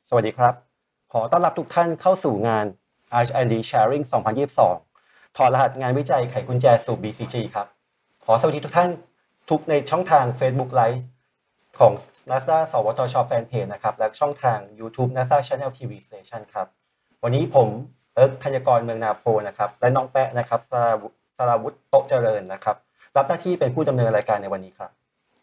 สวัสดีครับขอต้อนรับทุกท่านเข้าสู่งาน R&D Sharing 2022ถอดรหัสงานวิจัยไขกุญแจสู่ BCG ครับขอสวัสดีทุกท่านทุกในช่องทาง Facebook Live ของ NASA สวทช Fanpage นะครับและช่องทาง YouTube NASA Channel TV Station ครับวันนี้ผมธัญกรเมืองนาโพนะครับและน้องแปะนะครับสราวุฒิโตเจริญนะครับรับหน้าที่เป็นผู้ดำเนินรายการในวันนี้ครับ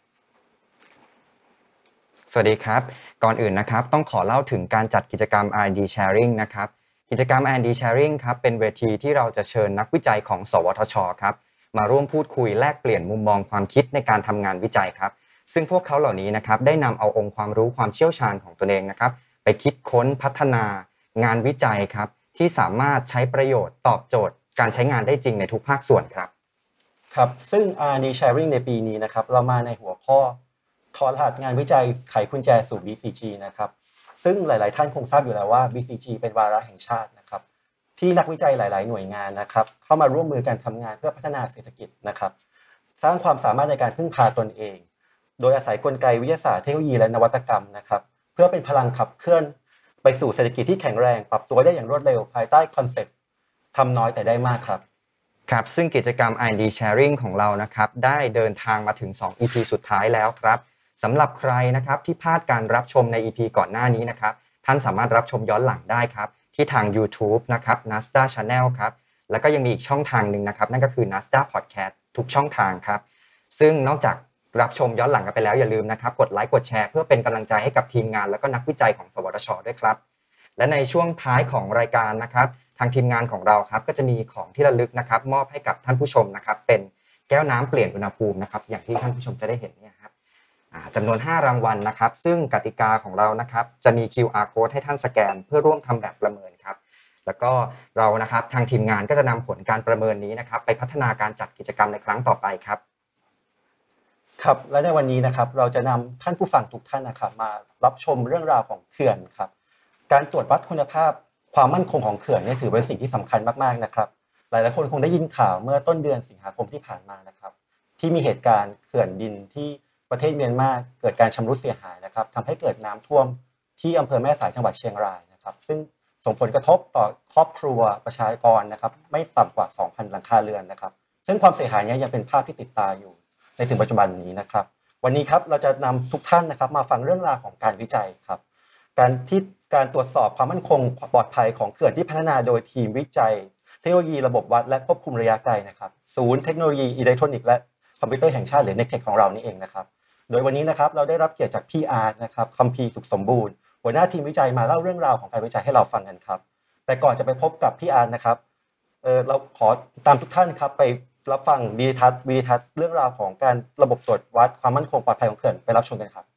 สวัสดีครับก่อนอื่นนะครับต้องขอเล่าถึงการจัดกิจกรรม R&D Sharing นะครับกิจกรรม R&D Sharing ครับเป็นเวทีที่เราจะเชิญนักวิจัยของสวทชครับมาร่วมพูดคุยแลกเปลี่ยนมุมมองความคิดในการทำงานวิจัยครับซึ่งพวกเขาเหล่านี้นะครับได้นำเอาองค์ความรู้ความเชี่ยวชาญของตนเองนะครับไปคิดค้นพัฒนางานวิจัยครับที่สามารถใช้ประโยชน์ตอบโจทย์การใช้งานได้จริงในทุกภาคส่วนครับครับซึ่ง R&D Sharing ในปีนี้นะครับเรามาในหัวข้อถอดรหัสงานวิจัยไขกุญแจสู่ BCG นะครับซึ่งหลายๆท่านคงทราบอยู่แล้วว่า BCG เป็นวาระแห่งชาตินะครับที่นักวิจัยหลายๆหน่วยงานนะครับเข้ามาร่วมมือกันทำงานเพื่อพัฒนาเศรษฐกิจนะครับสร้างความสามารถในการพึ่งพาตนเองโดยอาศัยกลไกวิทยาศาสตร์เทคโนโลยีและนวัตกรรมนะครับเพื่อเป็นพลังขับเคลื่อนไปสู่เศรษฐกิจที่แข็งแรงปรับตัวได้อย่างรวดเร็วภายใต้คอนเซ็ปต์ทำน้อยแต่ได้มากครับครับซึ่งกิจกรรม R&D Sharing ของเรานะครับได้เดินทางมาถึง2 EP สุดท้ายแล้วครับสำหรับใครนะครับที่พลาดการรับชมใน EP ก่อนหน้านี้นะครับท่านสามารถรับชมย้อนหลังได้ครับที่ทาง YouTube นะครับ NASA Channel ครับแล้วก็ยังมีอีกช่องทางนึงนะครับนั่นก็คือ NASA Podcast ทุกช่องทางครับซึ่งนอกจากรับชมย้อนหลังกันไปแล้วอย่าลืมนะครับกดไลค์กดแชร์เพื่อเป็นกำลังใจให้กับทีมงานแล้วก็นักวิจัยของสวทช.ด้วยครับและในช่วงท้ายของรายการนะครับทางทีมงานของเราครับก็จะมีของที่ระลึกนะครับมอบให้กับท่านผู้ชมนะครับเป็นแก้วน้ำเปลี่ยนอุณหภูมินะครับอย่างที่ท่านผู้ชมจะได้เห็นเนี่ยครับจำนวน5รางวัลนะครับซึ่งกติกาของเรานะครับจะมี QR code ให้ท่านสแกนเพื่อร่วมทำแบบประเมินครับแล้วก็เรานะครับทางทีมงานก็จะนำผลการประเมินนี้นะครับไปพัฒนาการจัดกิจกรรมในครั้งต่อไปครับครับและในวันนี้นะครับเราจะนำท่านผู้ฟังทุกท่านนะครับมารับชมเรื่องราวของเขื่อนครับการตรวจวัดคุณภาพความมั่นคงของเขื่อนนี่ถือเป็นสิ่งที่สำคัญมากๆนะครับหลายๆคนคงได้ยินข่าวเมื่อต้นเดือนสิงหาคมที่ผ่านมานะครับที่มีเหตุการณ์เขื่อนดินที่ประเทศเมียนมาเกิดการชำรุดเสียหายนะครับทำให้เกิดน้ำท่วมที่อำเภอแม่สายจังหวัดเชียงรายนะครับซึ่งส่งผลกระทบต่อครอบครัวประชากรนะครับไม่ต่ำกว่า 2,000 หลังคาเรือนนะครับซึ่งความเสียหายนี้ยังเป็นภาพที่ติดตาอยู่ในถึงปัจจุบันนี้นะครับวันนี้ครับเราจะนำทุกท่านนะครับมาฟังเรื่องราวของการวิจัยครับการตรวจสอบความมั่นคงปลอดภัยของเขื่อนที่พัฒนาโดยทีมวิจัยเทคโนโลยีระบบวัดและควบคุมระยะไกลนะครับศูนย์เทคโนโลยีอิเล็กทรอนิกส์และคอมพิวเตอร์แห่งชาติหรือ NECTEC ของเรานี่เองนะครับโดยวันนี้นะครับเราได้รับเกียรติจากพี่อาร์ตนะครับคัมภีร์สุขสมบูรณ์หัวหน้าทีมวิจัยมาเล่าเรื่องราวของการวิจัยให้เราฟังกันครับแต่ก่อนจะไปพบกับพี่อาร์ตนะครับเราขอตามทุกท่านครับไปรับฟังวิดีทัศน์เรื่องราวของการระบบตรวจวัดความมั่นคงปลอดภัยของเขื่อนไปรับชมกันครับ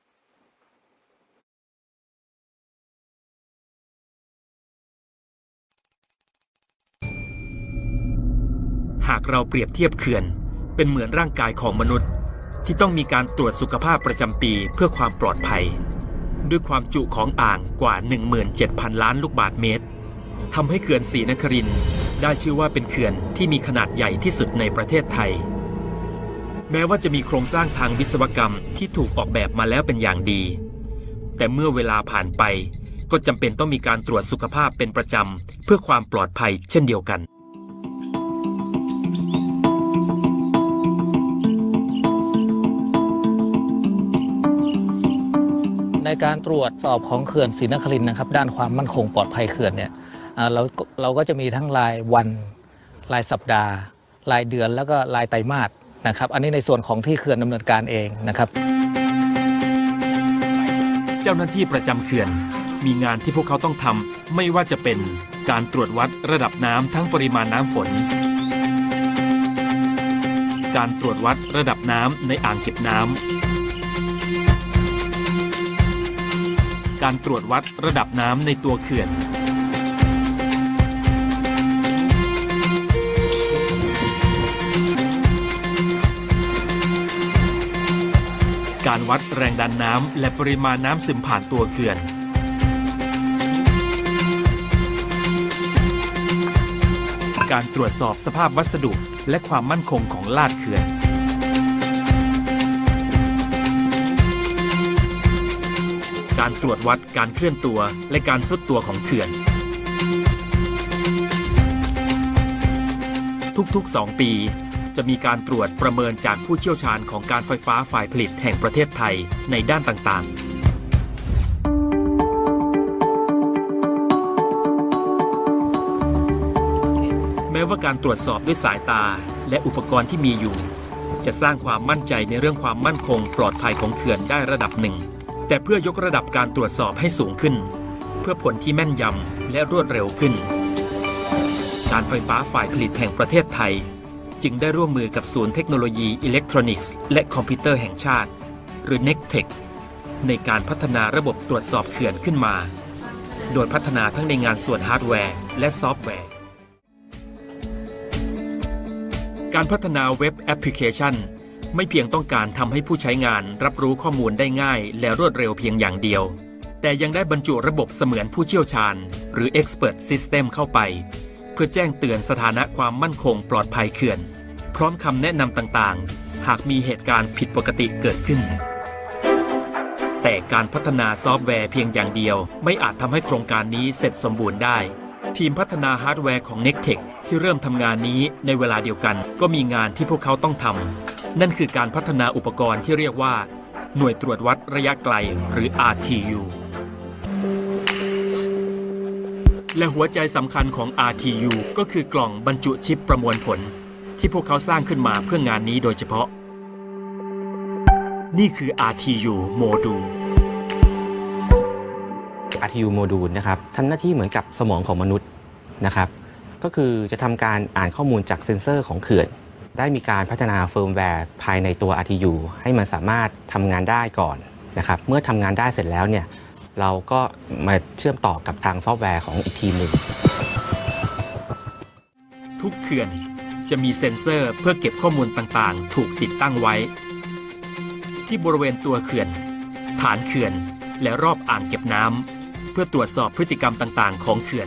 หากเราเปรียบเทียบเขื่อนเป็นเหมือนร่างกายของมนุษย์ที่ต้องมีการตรวจสุขภาพประจำปีเพื่อความปลอดภัยด้วยความจุของอ่างกว่า 17,000 ล้านลูกบาศก์เมตรทำให้เขื่อนศรีนครินทร์ได้ชื่อว่าเป็นเขื่อนที่มีขนาดใหญ่ที่สุดในประเทศไทยแม้ว่าจะมีโครงสร้างทางวิศวกรรมที่ถูกออกแบบมาแล้วเป็นอย่างดีแต่เมื่อเวลาผ่านไปก็จำเป็นต้องมีการตรวจสุขภาพเป็นประจำเพื่อความปลอดภัยเช่นเดียวกันในการตรวจสอบของเขื่อนศรีนครินทร์นะครับด้านความมั่นคงปลอดภัยเขื่อนเนี่ยเราก็จะมีทั้งรายวันรายสัปดาห์รายเดือนแล้วก็รายไตรมาสนะครับอันนี้ในส่วนของที่เขื่อนดำเนินการเองนะครับเจ้าหน้าที่ประจำเขื่อนมีงานที่พวกเขาต้องทำไม่ว่าจะเป็นการตรวจวัดระดับน้ำทั้งปริมาณน้ำฝนการตรวจวัดระดับน้ำในอ่างเก็บน้ำการตรวจวัดระดับน้ำในตัวเขื่อนการวัดแรงดันน้ำและปริมาณน้ำซึมผ่านตัวเขื่อนการตรวจสอบสภาพวัสดุและความมั่นคงของลาดเขื่อน กการตรวจวัดการเคลื่อนตัวและการทรุดตัวของเขื่อนทุกๆ 2 ปีจะมีการตรวจประเมินจากผู้เชี่ยวชาญของการไฟฟ้าฝ่ายผลิตแห่งประเทศไทยในด้านต่างๆแม้ว่าการตรวจสอบด้วยสายตาและอุปกรณ์ที่มีอยู่จะสร้างความมั่นใจในเรื่องความมั่นคงปลอดภัยของเขื่อนได้ระดับหนึ่งแต่เพื่อยกระดับการตรวจสอบให้สูงขึ้นเพื่อผลที่แม่นยำและรวดเร็วขึ้นการไฟฟ้าฝ่ายผลิตแห่งประเทศไทยจึงได้ร่วมมือกับศูนย์เทคโนโลยีอิเล็กทรอนิกส์และคอมพิวเตอร์แห่งชาติหรือ NECTEC ในการพัฒนาระบบตรวจสอบเขื่อนขึ้นมาโดยพัฒนาทั้งในงานส่วนฮาร์ดแวร์และซอฟต์แวร์การพัฒนาเว็บแอปพลิเคชันไม่เพียงต้องการทำให้ผู้ใช้งานรับรู้ข้อมูลได้ง่ายและรวดเร็วเพียงอย่างเดียวแต่ยังได้บรรจุระบบเสมือนผู้เชี่ยวชาญหรือ Expert System เข้าไปเพื่อแจ้งเตือนสถานะความมั่นคงปลอดภัยเขื่อนพร้อมคำแนะนำต่างๆหากมีเหตุการณ์ผิดปกติเกิดขึ้นแต่การพัฒนาซอฟต์แวร์เพียงอย่างเดียวไม่อาจทำให้โครงการนี้เสร็จสมบูรณ์ได้ทีมพัฒนาฮาร์ดแวร์ของ NECTEC ที่เริ่มทำงานนี้ในเวลาเดียวกันก็มีงานที่พวกเขาต้องทำนั่นคือการพัฒนาอุปกรณ์ที่เรียกว่าหน่วยตรวจวัดระยะไกลหรือ RTU และหัวใจสำคัญของ RTU ก็คือกล่องบรรจุชิปประมวลผลที่พวกเขาสร้างขึ้นมาเพื่องานนี้โดยเฉพาะนี่คือ RTU โมดูล RTU โมดูลนะครับทำหน้าที่เหมือนกับสมองของมนุษย์นะครับก็คือจะทำการอ่านข้อมูลจากเซ็นเซอร์ของเขื่อนได้มีการพัฒนาเฟิร์มแวร์ภายในตัว RTU ให้มันสามารถทำงานได้ก่อนนะครับเมื่อทำงานได้เสร็จแล้วเนี่ยเราก็มาเชื่อมต่อกับทางซอฟต์แวร์ของอีกทีมหนึ่งทุกเขื่อนจะมีเซ็นเซอร์เพื่อเก็บข้อมูลต่างๆถูกติดตั้งไว้ที่บริเวณตัวเขื่อนฐานเขื่อนและรอบอ่างเก็บน้ำเพื่อตรวจสอบพฤติกรรมต่างๆของเขื่อน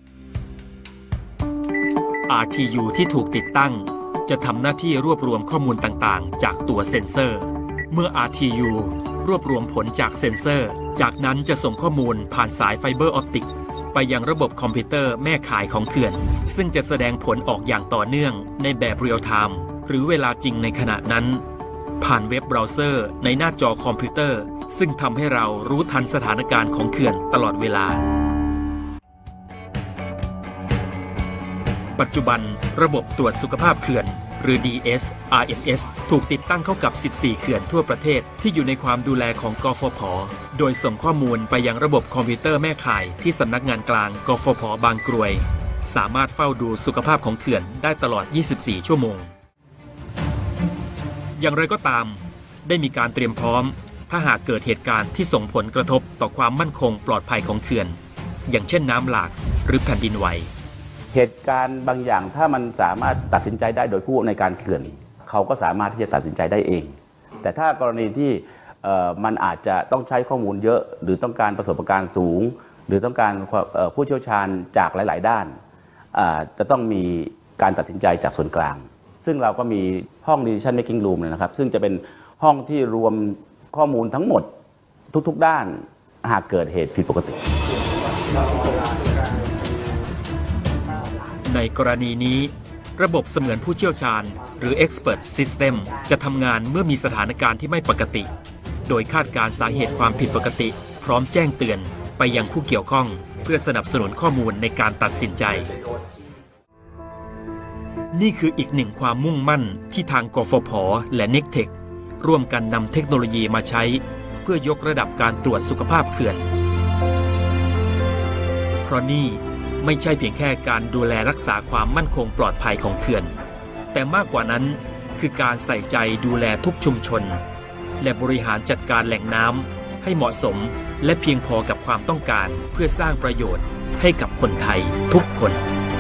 RTU ที่ถูกติดตั้งจะทำหน้าที่รวบรวมข้อมูลต่างๆจากตัวเซ็นเซอร์เมื่อ RTU รวบรวมผลจากเซ็นเซอร์จากนั้นจะส่งข้อมูลผ่านสายไฟเบอร์ออปติกไปยังระบบคอมพิวเตอร์แม่ข่ายของเขื่อนซึ่งจะแสดงผลออกอย่างต่อเนื่องในแบบเรียลไทม์หรือเวลาจริงในขณะนั้นผ่านเว็บเบราว์เซอร์ในหน้าจอคอมพิวเตอร์ซึ่งทำให้เรารู้ทันสถานการณ์ของเขื่อนตลอดเวลาปัจจุบันระบบตรวจสุขภาพเขื่อนหรือ DSRMS ถูกติดตั้งเข้ากับ 14 เขื่อนทั่วประเทศที่อยู่ในความดูแลของกฟผ.โดยส่งข้อมูลไปยังระบบคอมพิวเตอร์แม่ข่ายที่สำนักงานกลางกฟผ.บางกรวยสามารถเฝ้าดูสุขภาพของเขื่อนได้ตลอด 24 ชั่วโมงอย่างไรก็ตามได้มีการเตรียมพร้อมถ้าหากเกิดเหตุการณ์ที่ส่งผลกระทบต่อความมั่นคงปลอดภัยของเขื่อนอย่างเช่นน้ำหลากหรือแผ่นดินไหวเหตุการณ์บางอย่างถ้ามันสามารถตัดสินใจได้โดยผู้อำนวยการเขื่อนเขาก็สามารถที่จะตัดสินใจได้เองแต่ถ้ากรณีที่มันอาจจะต้องใช้ข้อมูลเยอะหรือต้องการประสบการณ์สูงหรือต้องการผู้เชี่ยวชาญจากหลายๆด้านจะต้องมีการตัดสินใจจากส่วนกลางซึ่งเราก็มีห้อง Decision Making Room นะครับซึ่งจะเป็นห้องที่รวมข้อมูลทั้งหมดทุกๆด้านหากเกิดเหตุผิดปกติในกรณีนี้ระบบเสมือนผู้เชี่ยวชาญหรือ Expert System จะทำงานเมื่อมีสถานการณ์ที่ไม่ปกติโดยคาดการสาเหตุความผิดปกติพร้อมแจ้งเตือนไปยังผู้เกี่ยวข้องเพื่อสนับสนุนข้อมูลในการตัดสินใจนี่คืออีกหนึ่งความมุ่งมั่นที่ทางกฟผ.และ NECTEC ร่วมกันนำเทคโนโลยีมาใช้เพื่อยกระดับการตรวจสุขภาพเขื่อนเพราะนี่ไม่ใช่เพียงแค่การดูแลรักษาความมั่นคงปลอดภัยของเขื่อนแต่มากกว่านั้นคือการใส่ใจดูแลทุกชุมชนและบริหารจัดการแหล่งน้ำให้เหมาะสมและเพียงพอกับความต้องการเพื่อสร้างประโยชน์ให้กับคนไทยทุกคน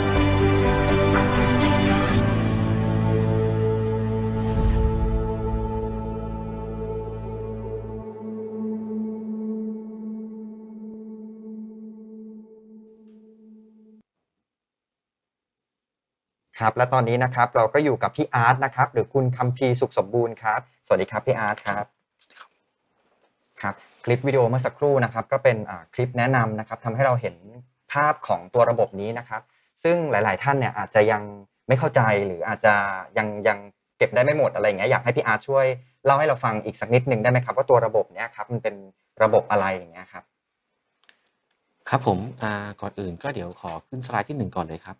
ครับและตอนนี้นะครับเราก็อยู่กับพี่อาร์ตนะครับหรือคุณคัมภีร์สุขสมบูรณ์ครับสวัสดีครับพี่อาร์ตครับครับคลิปวิดีโอเมื่อสักครู่นะครับก็เป็นคลิปแนะนำนะครับทำให้เราเห็นภาพของตัวระบบนี้นะครับซึ่งหลายๆท่านเนี่ยอาจจะยังไม่เข้าใจหรืออาจจะยังเก็บได้ไม่หมดอะไรอย่างเงี้ยอยากให้พี่อาร์ตช่วยเล่าให้เราฟังอีกสักนิดนึงได้ไหมครับว่าตัวระบบเนี้ยครับมันเป็นระบบอะไรอย่างเงี้ยครับครับผมก่อนอื่นก็เดี๋ยวขอขึ้นสไลด์ที่ 1ก่อนเลยครับ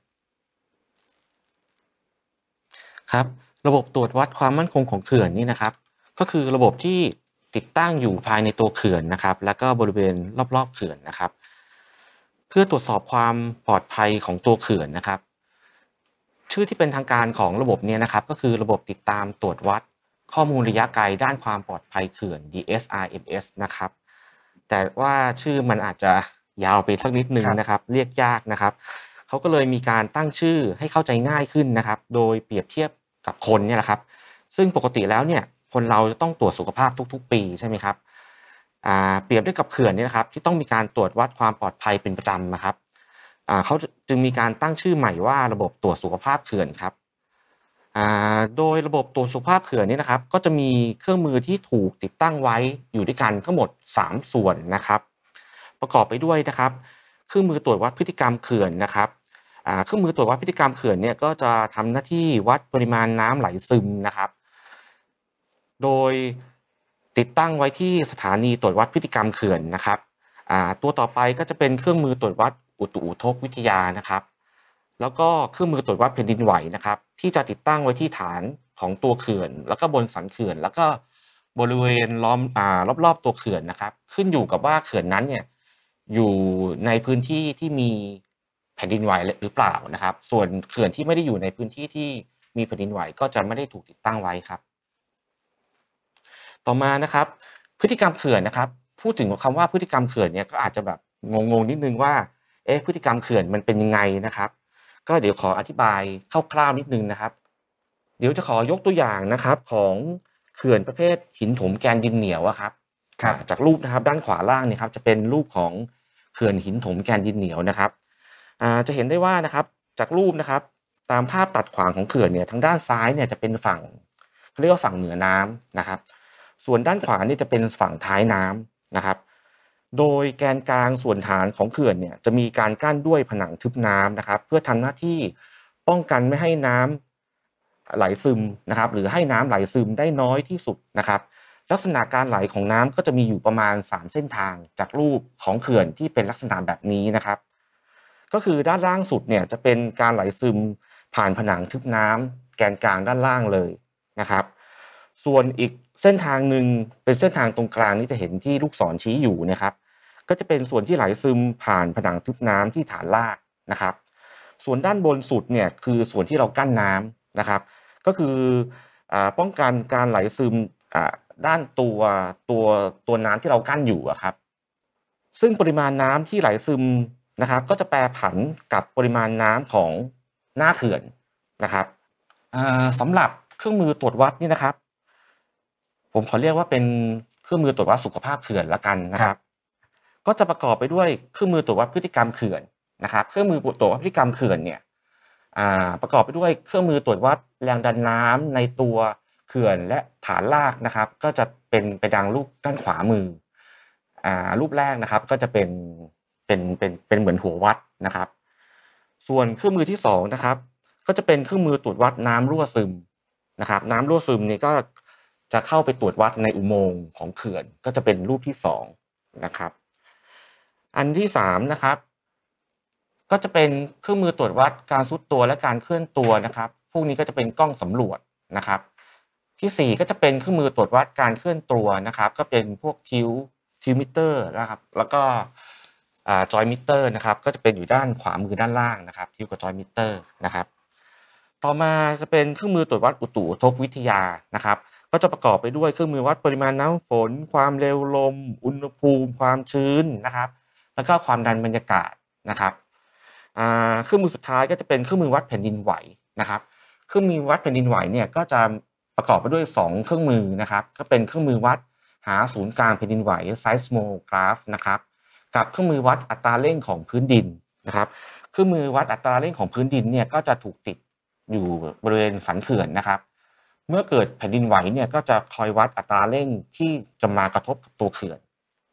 ครับระบบตรวจวัดความมั่นคงของเขื่อนนี่นะครับก็คือระบบที่ติดตั้งอยู่ภายในตัวเขื่อนนะครับแล้วก็บริเวณรอบๆเขื่อนนะครับเพื่อตรวจสอบความปลอดภัยของตัวเขื่อนนะครับชื่อที่เป็นทางการของระบบนี้นะครับก็คือระบบติดตามตรวจวัดข้อมูลระยะไกลด้านความปลอดภัยเขื่อน DSRMS นะครับแต่ว่าชื่อมันอาจจะยาวไปสักนิดนึงนะครับเรียกยากนะครับเขาก็เลยมีการตั้งชื่อให้เข้าใจง่ายขึ้นนะครับโดยเปรียบเทียบกับคนเนี่ยแหละครับซึ่งปกติแล้วเนี่ยคนเราจะต้องตรวจสุขภาพทุกๆปีใช่ไหมครับเปรียบด้วยกับเขื่อนเนี่ยนะครับที่ต้องมีการตรวจวัดความปลอดภัยเป็นประจำนะครับเขาจึงมีการตั้งชื่อใหม่ว่าระบบตรวจสุขภาพเขื่อนครับโดยระบบตรวจสุขภาพเขื่อนนี่นะครับก็จะมีเครื่องมือที่ถูกติดตั้งไว้อยู่ด้วยกันทั้งหมด3ส่วนนะครับประกอบไปด้วยนะครับเครื่องมือตรวจวัดพฤติกรรมเขื่อนนะครับเครื่องมือตรวจวัดพฤติกรรมเขื่อนเนี่ยก็จะทำหน้าที่วัดปริมาณน้ำไหลซึมนะครับโดยติดตั้งไว้ที่สถานีตรวจวัดพฤติกรรมเขื่อนนะครับตัวต่อไปก็จะเป็นเครื่องมือตรวจวัดอุตุทกวิทยานะครับแล้วก็เครื่องมือตรวจวัดแผ่นดินไหวนะครับที่จะติดตั้งไว้ที่ฐานของตัวเขื่อนแล้วก็บนสันเขื่อนแล้วก็บริเวณรอบๆตัวเขื่อนนะครับขึ้นอยู่กับว่าเขื่อนนั้นเนี่ยอยู่ในพื้นที่ที่มีแผ่นดินไหวหรือเปล่านะครับส่วนเขื่อนที่ไม่ได้อยู่ในพื้นที่ที่มีแผ่นดินไหวก็จะไม่ได้ถูกติดตั้งไว้ครับต่อมานะครับพฤติกรรมเขื่อนนะครับพูดถึงคำว่าพฤติกรรมเขื่อนเนี่ยก็อาจจะแบบงงนิดนึงว่าพฤติกรรมเขื่อนมันเป็นยังไงนะครับก็เดี๋ยวขออธิบายคร่าวๆนิดนึงนะครับเดี๋ยวจะขอยกตัวอย่างนะครับของเขื่อนประเภทหินถมแกนดินเหนียวครับจากรูปนะครับด้านขวาล่างเนี่ยครับจะเป็นรูปของเขื่อนหินถมแกนดินเหนียวนะครับจะเห็นได้ว่านะครับจากรูปนะครับตามภาพตัดขวางของเขื่อนเนี่ยทางด้านซ้ายเนี่ยจะเป็นฝั่งเขาเรียกว่าฝั่งเหนือน้ำนะครับส่วนด้านขวานี่จะเป็นฝั่งท้ายน้ำนะครับโดยแกนกลางส่วนฐานของเขื่อนเนี่ยจะมีการกั้นด้วยผนังทึบน้ำนะครับเพื่อทำหน้าที่ป้องกันไม่ให้น้ำไหลซึมนะครับหรือให้น้ำไหลซึมได้น้อยที่สุดนะครับลักษณะการไหลของน้ำก็จะมีอยู่ประมาณ3เส้นทางจากรูปของเขื่อนที่เป็นลักษณะแบบนี้นะครับก็คือด้านล่างสุดเนี่ยจะเป็นการไหลซึมผ่านผนังทึบน้ำแกนกลางด้านล่างเลยนะครับส่วนอีกเส้นทางหนึ่งเป็นเส้นทางตรงกลางนี่จะเห็นที่ลูกศรชี้อยู่นะครับก็จะเป็นส่วนที่ไหลซึมผ่านผนังทึบน้ำที่ฐานรากนะครับส่วนด้านบนสุดเนี่ยคือส่วนที่เรากั้นน้ำนะครับก็คือป้องกันการไหลซึมด้านตัวน้ำที่เรากั้นอยู่ครับซึ่งปริมาณน้ำที่ไหลซึมนะครับก็จะแปรผันกับปริมาณน้ำของหน้าเขื่อนนะครับสำหรับเครื่องมือตรวจวัดนี่นะครับผมขอเรียกว่าเป็นเครื่องมือตรวจวัดสุขภาพเขื่อนละกันนะครับก็จะประกอบไปด้วยเครื่องมือตรวจวัดพฤติกรรมเขื่อนนะครับเครื่องมือตรวจวัดพฤติกรรมเขื่อนเนี่ยประกอบไปด้วยเครื่องมือตรวจวัดแรงดันน้ำในตัวเขื่อนและฐานรากนะครับก็จะเป็นไปดังรูปด้านขวามือรูปแรกนะครับก็จะเป็นเหมือนหัววัดนะครับส่วนเครื่องมือที่2นะครับก็จะเป็นเครื่องมือตรวจวัดน้ำรั่วซึมนะครับน้ำรั่วซึมนี่ก็จะเข้าไปตรวจวัดในอุโมงค์ของเขื่อนก็จะเป็นรูปที่2นะครับอันที่3นะครับก็จะเป็นเครื่องมือตรวจวัดการทรุดตัวและการเคลื่อนตัวนะครับพวกนี้ก็จะเป็นกล้องสำรวจนะครับที่4ก็จะเป็นเครื่องมือตรวจวัดการเคลื่อนตัวนะครับก็เป็นพวกทิวมิเตอร์นะครับแล้วก็จอยมิเตอร์นะครับก็จะเป็นอยู่ด้านขวามือด้านล่างนะครับทิวกับจอยมิเตอร์นะครับต่อมาจะเป็นเครื่องมือตรวจวัดอุตุทกวิทยานะครับก็จะประกอบไปด้วยเครื่องมือวัดปริมาณน้ำฝนความเร็วลมอุณหภูมิความชื้นนะครับแล้วก็ความดันบรรยากาศนะครับเครื่องมือสุดท้ายก็จะเป็นเครื่องมือวัดแผ่นดินไหวนะครับเครื่องมือวัดแผ่นดินไหวเนี่ยก็จะประกอบไปด้วย2เครื่องมือนะครับก็เป็นเครื่องมือวัดหาศูนย์กลางแผ่นดินไหว seismograph นะครับกับเครื่องมือวัดอัตราเร่งของพื้นดินนะครับเครื่องมือวัดอัตราเร่งของพื้นดินเนี่ยก็จะถูกติดอยู่บริเวณสันเขื่อนนะครับเมื่อเกิดแผ่นดินไหวเนี่ยก็จะคอยวัดอัตราเร่งที่จะมากระทบกับตัวเขื่อน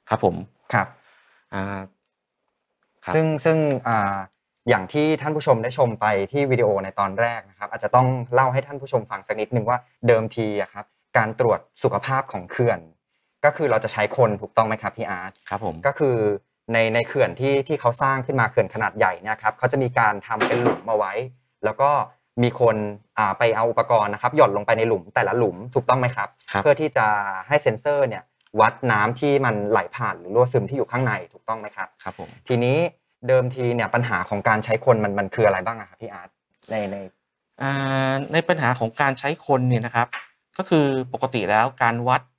ครับผมครับอ่าครับซึ่งอย่างที่ท่านผู้ชมได้ชมไปที่วิดีโอในตอนแรกนะครับอาจจะต้องเล่าให้ท่านผู้ชมฟังสักนิดนึงว่าเดิมทีอะครับการตรวจสุขภาพของเขื่อนก็คือเราจะใช้คนถูกต้องไหมครับพี่อาร์ตครับผมก็คือในเขื่อนที่เขาสร้างขึ้นมาเขื่อนขนาดใหญ่เนี่ยครับเขาจะมีการทำเป็นหลุมมาไว้ แล้วก็มีคนไปเอาอุปกรณ์นะครับหย่อนลงไปในหลุมแต่ละหลุมถูกต้องไหมครับครับเพื่อที่จะให้เซ็นเซอร์เนี่ยวัดน้ำที่มันไหลผ่านหรือรั่วซึมที่อยู่ข้างในถูกต้องไหมครับครับผมทีนี้เดิมทีเนี่ยปัญหาของการใช้คนมันคืออะไรบ้างอะครับพี่อาร์ตในปัญหาของการใช้คนเนี่ยนะครับ ก็คือปกติแล้วการวัด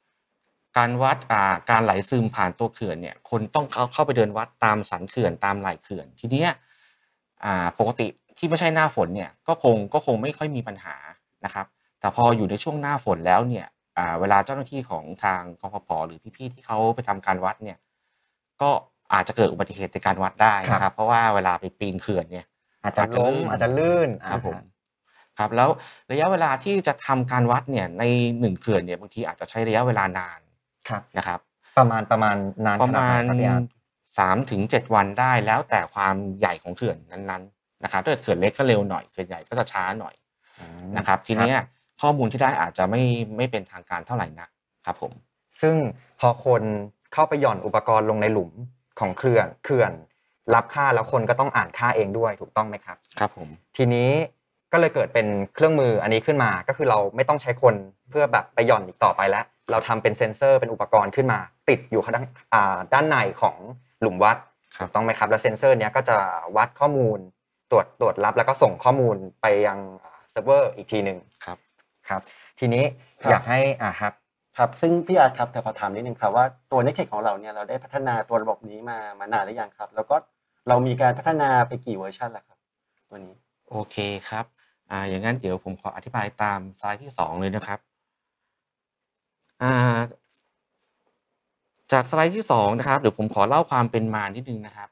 การไหลซึมผ่านตัวเขื่อนเนี่ยคนต้องเข้าไปเดินวัดตามสันเขื่อนตามไหล่เขื่อนทีเนี้ยปกติที่ไม่ใช่หน้าฝนเนี่ยก็คงไม่ค่อยมีปัญหานะครับแต่พออยู่ในช่วงหน้าฝนแล้วเนี่ยเวลาเจ้าหน้าที่ของทางกฟผ.หรือพี่ๆที่เขาไปทำการวัดเนี่ยก็อาจจะเกิดอุบัติเหตุในการวัดได้นะครับเพราะว่าเวลาไปปีนเขื่อนเนี่ยอาจจะล้มอาจจะลื่นครับผมครับแล้วระยะเวลาที่จะทำการวัดเนี่ยใน1เขื่อนเนี่ยบางทีอาจจะใช้ระยะเวลานานนะครับประมาณนานประมาณ3 ถึง 7 วันได้แล้วแต่ความใหญ่ของเขื่อนนั้นๆนะครับถ้าเขื่อนเล็กก็เร็วหน่อยเขื่อนใหญ่ก็จะช้าหน่อยนะครับทีนี้ข้อมูลที่ได้อาจจะไม่เป็นทางการเท่าไหร่นักครับผมซึ่งพอคนเข้าไปหย่อนอุปกรณ์ลงในหลุมของเขื่อนรับค่าแล้วคนก็ต้องอ่านค่าเองด้วยถูกต้องไหมครับครับผมทีนี้ก็เลยเกิดเป็นเครื่องมืออันนี้ขึ้นมาก็คือเราไม่ต้องใช้คนเพื่อแบบไปหย่อนอีกต่อไปแล้วเราทำเป็นเซ็นเซอร์เป็นอุปกรณ์ขึ้นมาติดอยู่ด้านในของหลุมวัดถูกต้องไหมครับแล้วเซ็นเซอร์เนี้ยก็จะวัดข้อมูลตรวจรับแล้วก็ส่งข้อมูลไปยังเซิร์ฟเวอร์อีกทีนึงครับทีนี้อยากให้ครับซึ่งพี่อาร์ตครับแต่ขอถามนิดนึงครับว่าตัว Nectech ของเราเนี่ยเราได้พัฒนาตัวระบบนี้มานานหรือยังครับแล้วก็เรามีการพัฒนาไปกี่เวอร์ชันแล้วครับตัวนี้โอเคครับอย่างนั้นเดี๋ยวผมขออธิบายตามสไลด์ที่2เลยนะครับจากสไลด์ที่2นะครับเดี๋ยวผมขอเล่าความเป็นมานิดนึงนะครับ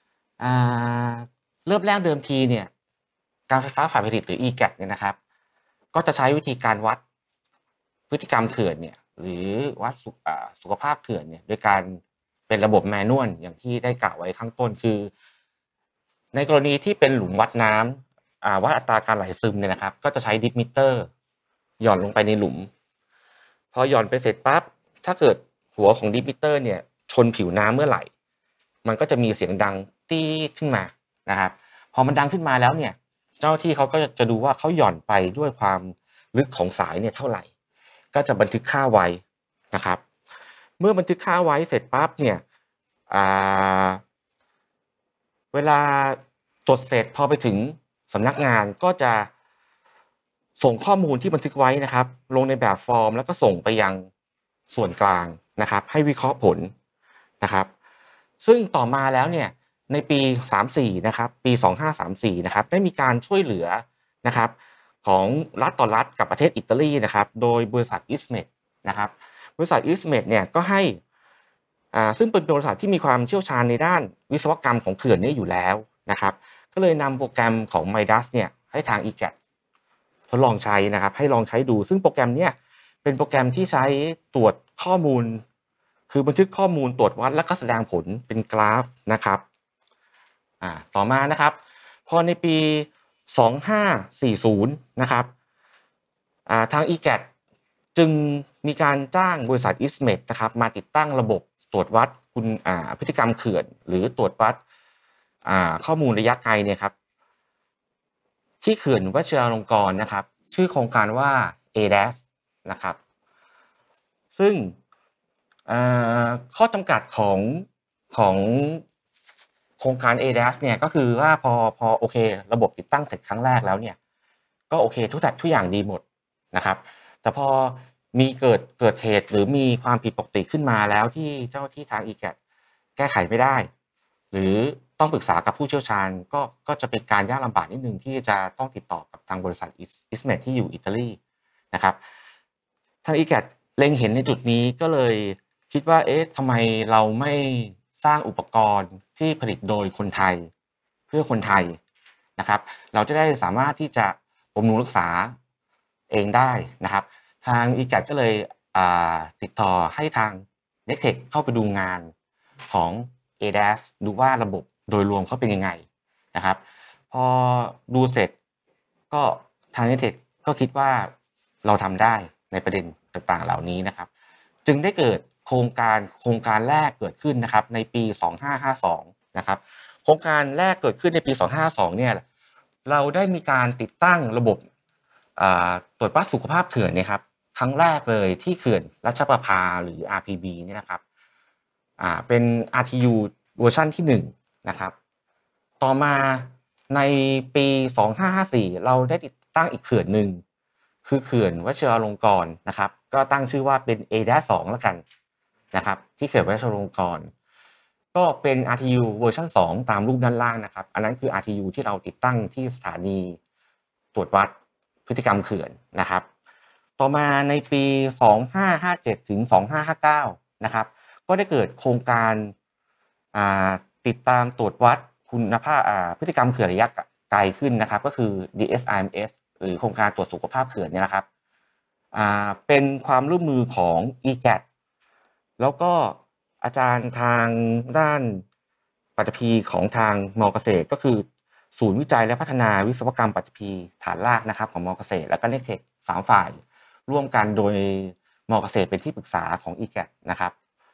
เริ่มแรกเดิมทีเนี่ยการไฟฟ้าฝ่ายผลิตหรือ EGAT เนี่ยนะครับก็จะใช้วิธีการวัดพฤติกรรมเขื่อนเนี่ยหรือวัดสุขภาพเขื่อนเนี่ยโดยการเป็นระบบแมนนวลอย่างที่ได้กล่าวไว้ข้างต้นคือในกรณีที่เป็นหลุมวัดน้ำวัดอัตราการไหลซึมเนี่ยนะครับก็จะใช้ดิฟมิเตอร์หย่อนลงไปในหลุมพอหย่อนไปเสร็จปั๊บถ้าเกิดหัวของดิฟมิเตอร์เนี่ยชนผิวน้ำเมื่อไหร่มันก็จะมีเสียงดังตีขึ้นมานะครับพอมันดังขึ้นมาแล้วเนี่ยเจ้าที่เขาก็จะดูว่าเขาหย่อนไปด้วยความลึกของสายเนี่ยเท่าไหร่ก็จะบันทึกค่าไว้นะครับเมื่อบันทึกค่าไว้เสร็จปั๊บเนี่ยเวลาจดเสร็จพอไปถึงสำนักงานก็จะส่งข้อมูลที่บันทึกไว้นะครับลงในแบบฟอร์มแล้วก็ส่งไปยังส่วนกลางนะครับให้วิเคราะห์ผลนะครับซึ่งต่อมาแล้วเนี่ยในปี34นะครับปี2534นะครับได้มีการช่วยเหลือนะครับของรัฐต่อรัฐกับประเทศอิตาลีนะครับโดยบริษัทอิสเมดนะครับบริษัทอิสเมดเนี่ยก็ให้ซึ่งเป็นบริษัทที่มีความเชี่ยวชาญในด้านวิศวกรรมของเขื่อนนี้อยู่แล้วนะครับก็เลยนำโปรแกรมของ Midas เนี่ยให้ทาง EGAT ทดลองใช้นะครับให้ลองใช้ดูซึ่งโปรแกรมเนี่ยเป็นโปรแกรมที่ใช้ตรวจข้อมูลคือบันทึกข้อมูลตรวจวัดและก็แสดงผลเป็นกราฟนะครับต่อมานะครับพอในปี2540นะครับทาง EGAT จึงมีการจ้างบริษัท ISMED นะครับมาติดตั้งระบบตรวจวัดพฤติกรรมเขื่อนหรือตรวจวัดข้อมูลระยะไกลเนี่ยครับที่เขื่อนวชิราลงกรณ์นะครับชื่อโครงการว่า ADAS นะครับซึ่งข้อจำกัดของโครงการ ADAS เนี่ยก็คือว่าพอโอเคระบบติดตั้งเสร็จครั้งแรกแล้วเนี่ยก็โอเคทุกอย่างดีหมดนะครับแต่พอมีเกิดเหตุหรือมีความผิดปกติขึ้นมาแล้วที่เจ้าที่ทาง EGAT แก้ไขไม่ได้หรือต้องปรึกษากับผู้เชี่ยวชาญก็จะเป็นการยากลำบากนิดนึงที่จะต้องติดต่อกับทางบริษัท ISMED ที่อยู่อิตาลีนะครับทาง EGAT เล็งเห็นในจุดนี้ก็เลยคิดว่าทำไมเราไม่สร้างอุปกรณ์ที่ผลิตโดยคนไทยเพื่อคนไทยนะครับเราจะได้สามารถที่จะบำรุงรักษาเองได้นะครับทาง EGAT ก็เลยติดต่อให้ทาง Nextech เข้าไปดูงานของ ADAS ดูว่าระบบโดยรวมเขาเป็นยังไงนะครับพอดูเสร็จก็ทาง Nextech ก็คิดว่าเราทำได้ในประเด็นต่างๆเหล่านี้นะครับจึงได้เกิดโครงการแรกเกิดขึ้นนะครับในปี 2552 นะครับโครงการแรกเกิดขึ้นในปี 2552 เนี่ยเราได้มีการติดตั้งระบบตรวจวัดสุขภาพเขื่อนเนี่ยครับครั้งแรกเลยที่เขื่อนรัชประภาหรือ RPB เนี่ยนะครับเป็น RTU เวอร์ชันที่1นะครับต่อมาในปี 2554 เราได้ติดตั้งอีกเขื่อนหนึ่งคือเขื่อนวชิราลงกรณ์นะครับก็ตั้งชื่อว่าเป็น ADAS 2แล้วกันนะครับที่เขื่อนวชิราลงกรณ์ก็เป็น RTU เวอร์ชัน2ตามรูปด้านล่างนะครับอันนั้นคือ RTU ที่เราติดตั้งที่สถานีตรวจวัดพฤติกรรมเขื่อนนะครับต่อมาในปี 2557 ถึง 2559 นะครับก็ได้เกิดโครงการติดตามตรวจวัดคุณภาพพฤติกรรมเขื่อนระยะไกลขึ้นนะครับก็คือ DSIMS หรือโครงการตรวจสุขภาพเขื่อนเนี่ยนะครับเป็นความร่วมมือของ EGAT แล้วก็อาจารย์ทางด้านปัตตภีของทางม.เกษตรก็คือศูนย์วิจัยและพัฒนาวิศวกรรมปัตตภีฐานรากนะครับของม.เกษตรและก็ Nextech 3 ฝ่ายร่วมกันโดยม.เกษตรเป็นที่ปรึกษาของ EGAT นะครับ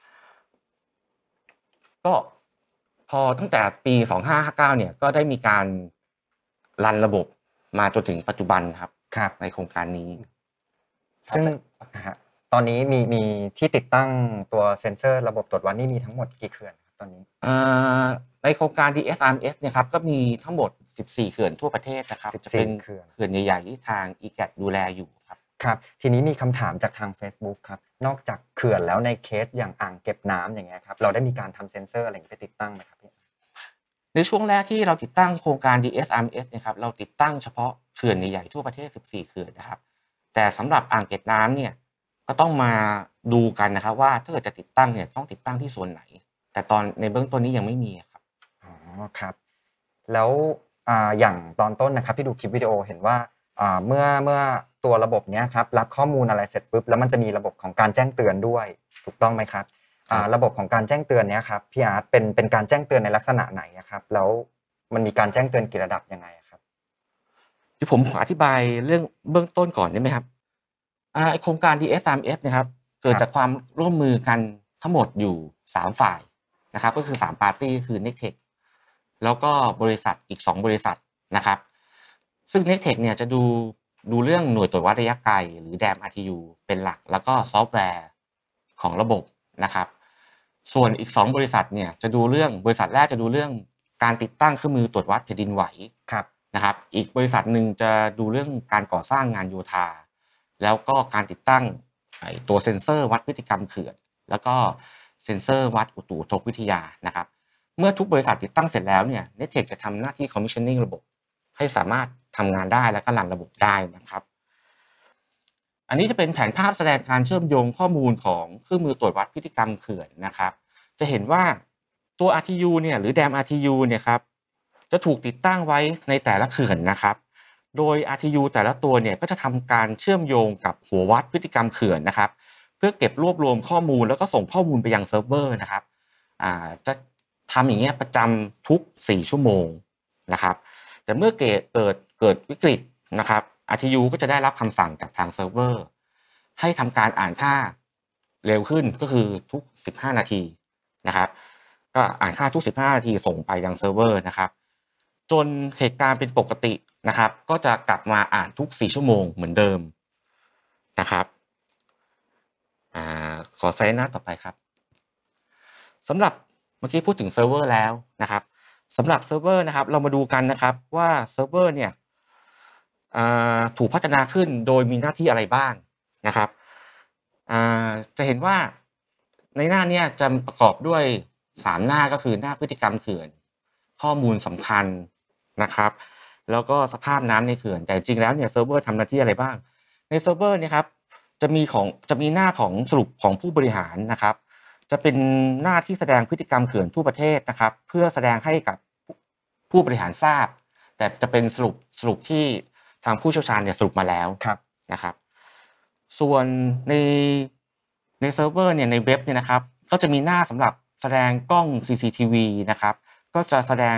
ก็พอตั้งแต่ปี 2559 เนี่ยก็ได้มีการรันระบบมาจนถึงปัจจุบันครับในโครงการนี้ซึ่งตอนนี้มีที่ติดตั้งตัวเซ็นเซอร์ระบบตรวจวัดนี่มีทั้งหมดกี่เขื่อนครับตอนนี้ในโครงการ DSRMS เนี่ยครับก็มีทั้งหมด14เขื่อนทั่วประเทศนะครับจะเป็นเขื่อนใหญ่ๆที่ทาง EGAT ดูแลอยู่ครับทีนี้มีคำถามจากทาง Facebook ครับนอกจากเขื่อนแล้วในเคสอย่างอ่างเก็บน้ำอย่างเงี้ยครับเราได้มีการทำเซ็นเซอร์อะไรไปติดตั้งไหมครับพี่ในช่วงแรกที่เราติดตั้งโครงการ DSRMS นะครับเราติดตั้งเฉพาะเขื่อนใหญ่ๆทั่วประเทศ14เขื่อนนะครับแต่สำหรับอ่างเก็บน้ำเนี่ยก็ต้องมาดูกันนะครับว่าถ้าเกิดจะติดตั้งเนี่ยต้องติดตั้งที่ส่วนไหนแต่ตอนในเบื้องต้นนี้ยังไม่มีครับอ๋อครับแล้วอย่างตอนต้นนะครับที่ดูคลิปวิดีโอเห็นว่าเมื่อตัวระบบเนี้ยครับรับข้อมูลอะไรเสร็จปุ๊บแล้วมันจะมีระบบของการแจ้งเตือนด้วยถูกต้องไหมครับระบบของการแจ้งเตือนเนี้ยครับพี่อาร์ตเป็นการแจ้งเตือนในลักษณะไหนครับแล้วมันมีการแจ้งเตือนกี่ระดับยังไงครับที่ผมอธิบายเรื่องเบื้องต้นก่อนได้ไหมครับโครงการ DSRMS นะครับเกิดจากความร่วมมือกันทั้งหมดอยู่3ฝ่ายนะครับก็คือ3ปาร์ตี้คือ Nextech แล้วก็บริษัทอีก2บริษัทนะครับซึ่ง Nextech เนี่ยจะดูเรื่องหน่วยตรวจวัดระยะไกลหรือ DAM RTU เป็นหลักแล้วก็ซอฟต์แวร์ของระบบนะครับส่วนอีก2บริษัทเนี่ยจะดูเรื่องบริษัทแรกจะดูเรื่องการติดตั้งเครื่องมือตรวจวัดแผ่นดินไหวนะครับอีกบริษัทหนึ่งจะดูเรื่องการก่อสร้างงานโยธาแล้วก็การติดตั้งตัวเซ็นเซอร์วัดพฤติกรรมเขื่อนแล้วก็เซ็นเซอร์วัดอุตุทกวิทยานะครับเมื่อทุกบริษัทติดตั้งเสร็จแล้วเนี่ย Nextech จะทำหน้าที่ commissioning ระบบให้สามารถทำงานได้และก็รันระบบได้นะครับอันนี้จะเป็นแผนภาพแสดงการเชื่อมโยงข้อมูลของเครื่องมือตรวจวัดพฤติกรรมเขื่อนนะครับจะเห็นว่าตัว RTU เนี่ยหรือ DAM RTU เนี่ยครับจะถูกติดตั้งไว้ในแต่ละเขื่อนนะครับโดย RTU แต่ละตัวเนี่ยก็จะทำการเชื่อมโยงกับหัววัดพฤติกรรมเขื่อนนะครับเพื่อเก็บรวบรวมข้อมูลแล้วก็ส่งข้อมูลไปยังเซิร์ฟเวอร์นะครับจะทำอย่างเงี้ยประจำทุก4ชั่วโมงนะครับแต่เมื่อเกิดวิกฤตนะครับ RTU ก็จะได้รับคำสั่งจากทางเซิร์ฟเวอร์ให้ทำการอ่านค่าเร็วขึ้นก็คือทุก15นาทีนะครับก็อ่านค่าทุก15นาทีส่งไปยังเซิร์ฟเวอร์นะครับจนเหตุการณ์เป็นปกตินะครับก็จะกลับมาอ่านทุก4ชั่วโมงเหมือนเดิมนะครับขอไซส์หน้าต่อไปครับสำหรับเมื่อกี้พูดถึงเซิร์ฟเวอร์แล้วนะครับสำหรับเซิร์ฟเวอร์นะครับเรามาดูกันนะครับว่าเซิร์ฟเวอร์เนี่ยถูกพัฒนาขึ้นโดยมีหน้าที่อะไรบ้างนะครับจะเห็นว่าในหน้านี้จะประกอบด้วย3หน้าก็คือหน้าพฤติกรรมเขื่อนข้อมูลสำคัญนะครับแล้วก็สภาพน้ำในเขื่อนแต่จริงแล้วเนี่ยเซิร์ฟเวอร์ทำหน้าที่อะไรบ้างในเซิร์ฟเวอร์เนี่ยครับจะมีหน้าของสรุปของผู้บริหารนะครับจะเป็นหน้าที่แสดงพฤติกรรมเขื่อนทั่วประเทศนะครับเพื่อแสดงให้กับผู้บริหารทราบแต่จะเป็นสรุปที่ทางผู้เชี่ยวชาญเนี่ยสรุปมาแล้วนะครับส่วนในเซิร์ฟเวอร์เนี่ยในเว็บเนี่ยนะครับก็จะมีหน้าสำหรับแสดงกล้อง CCTV นะครับก็จะแสดง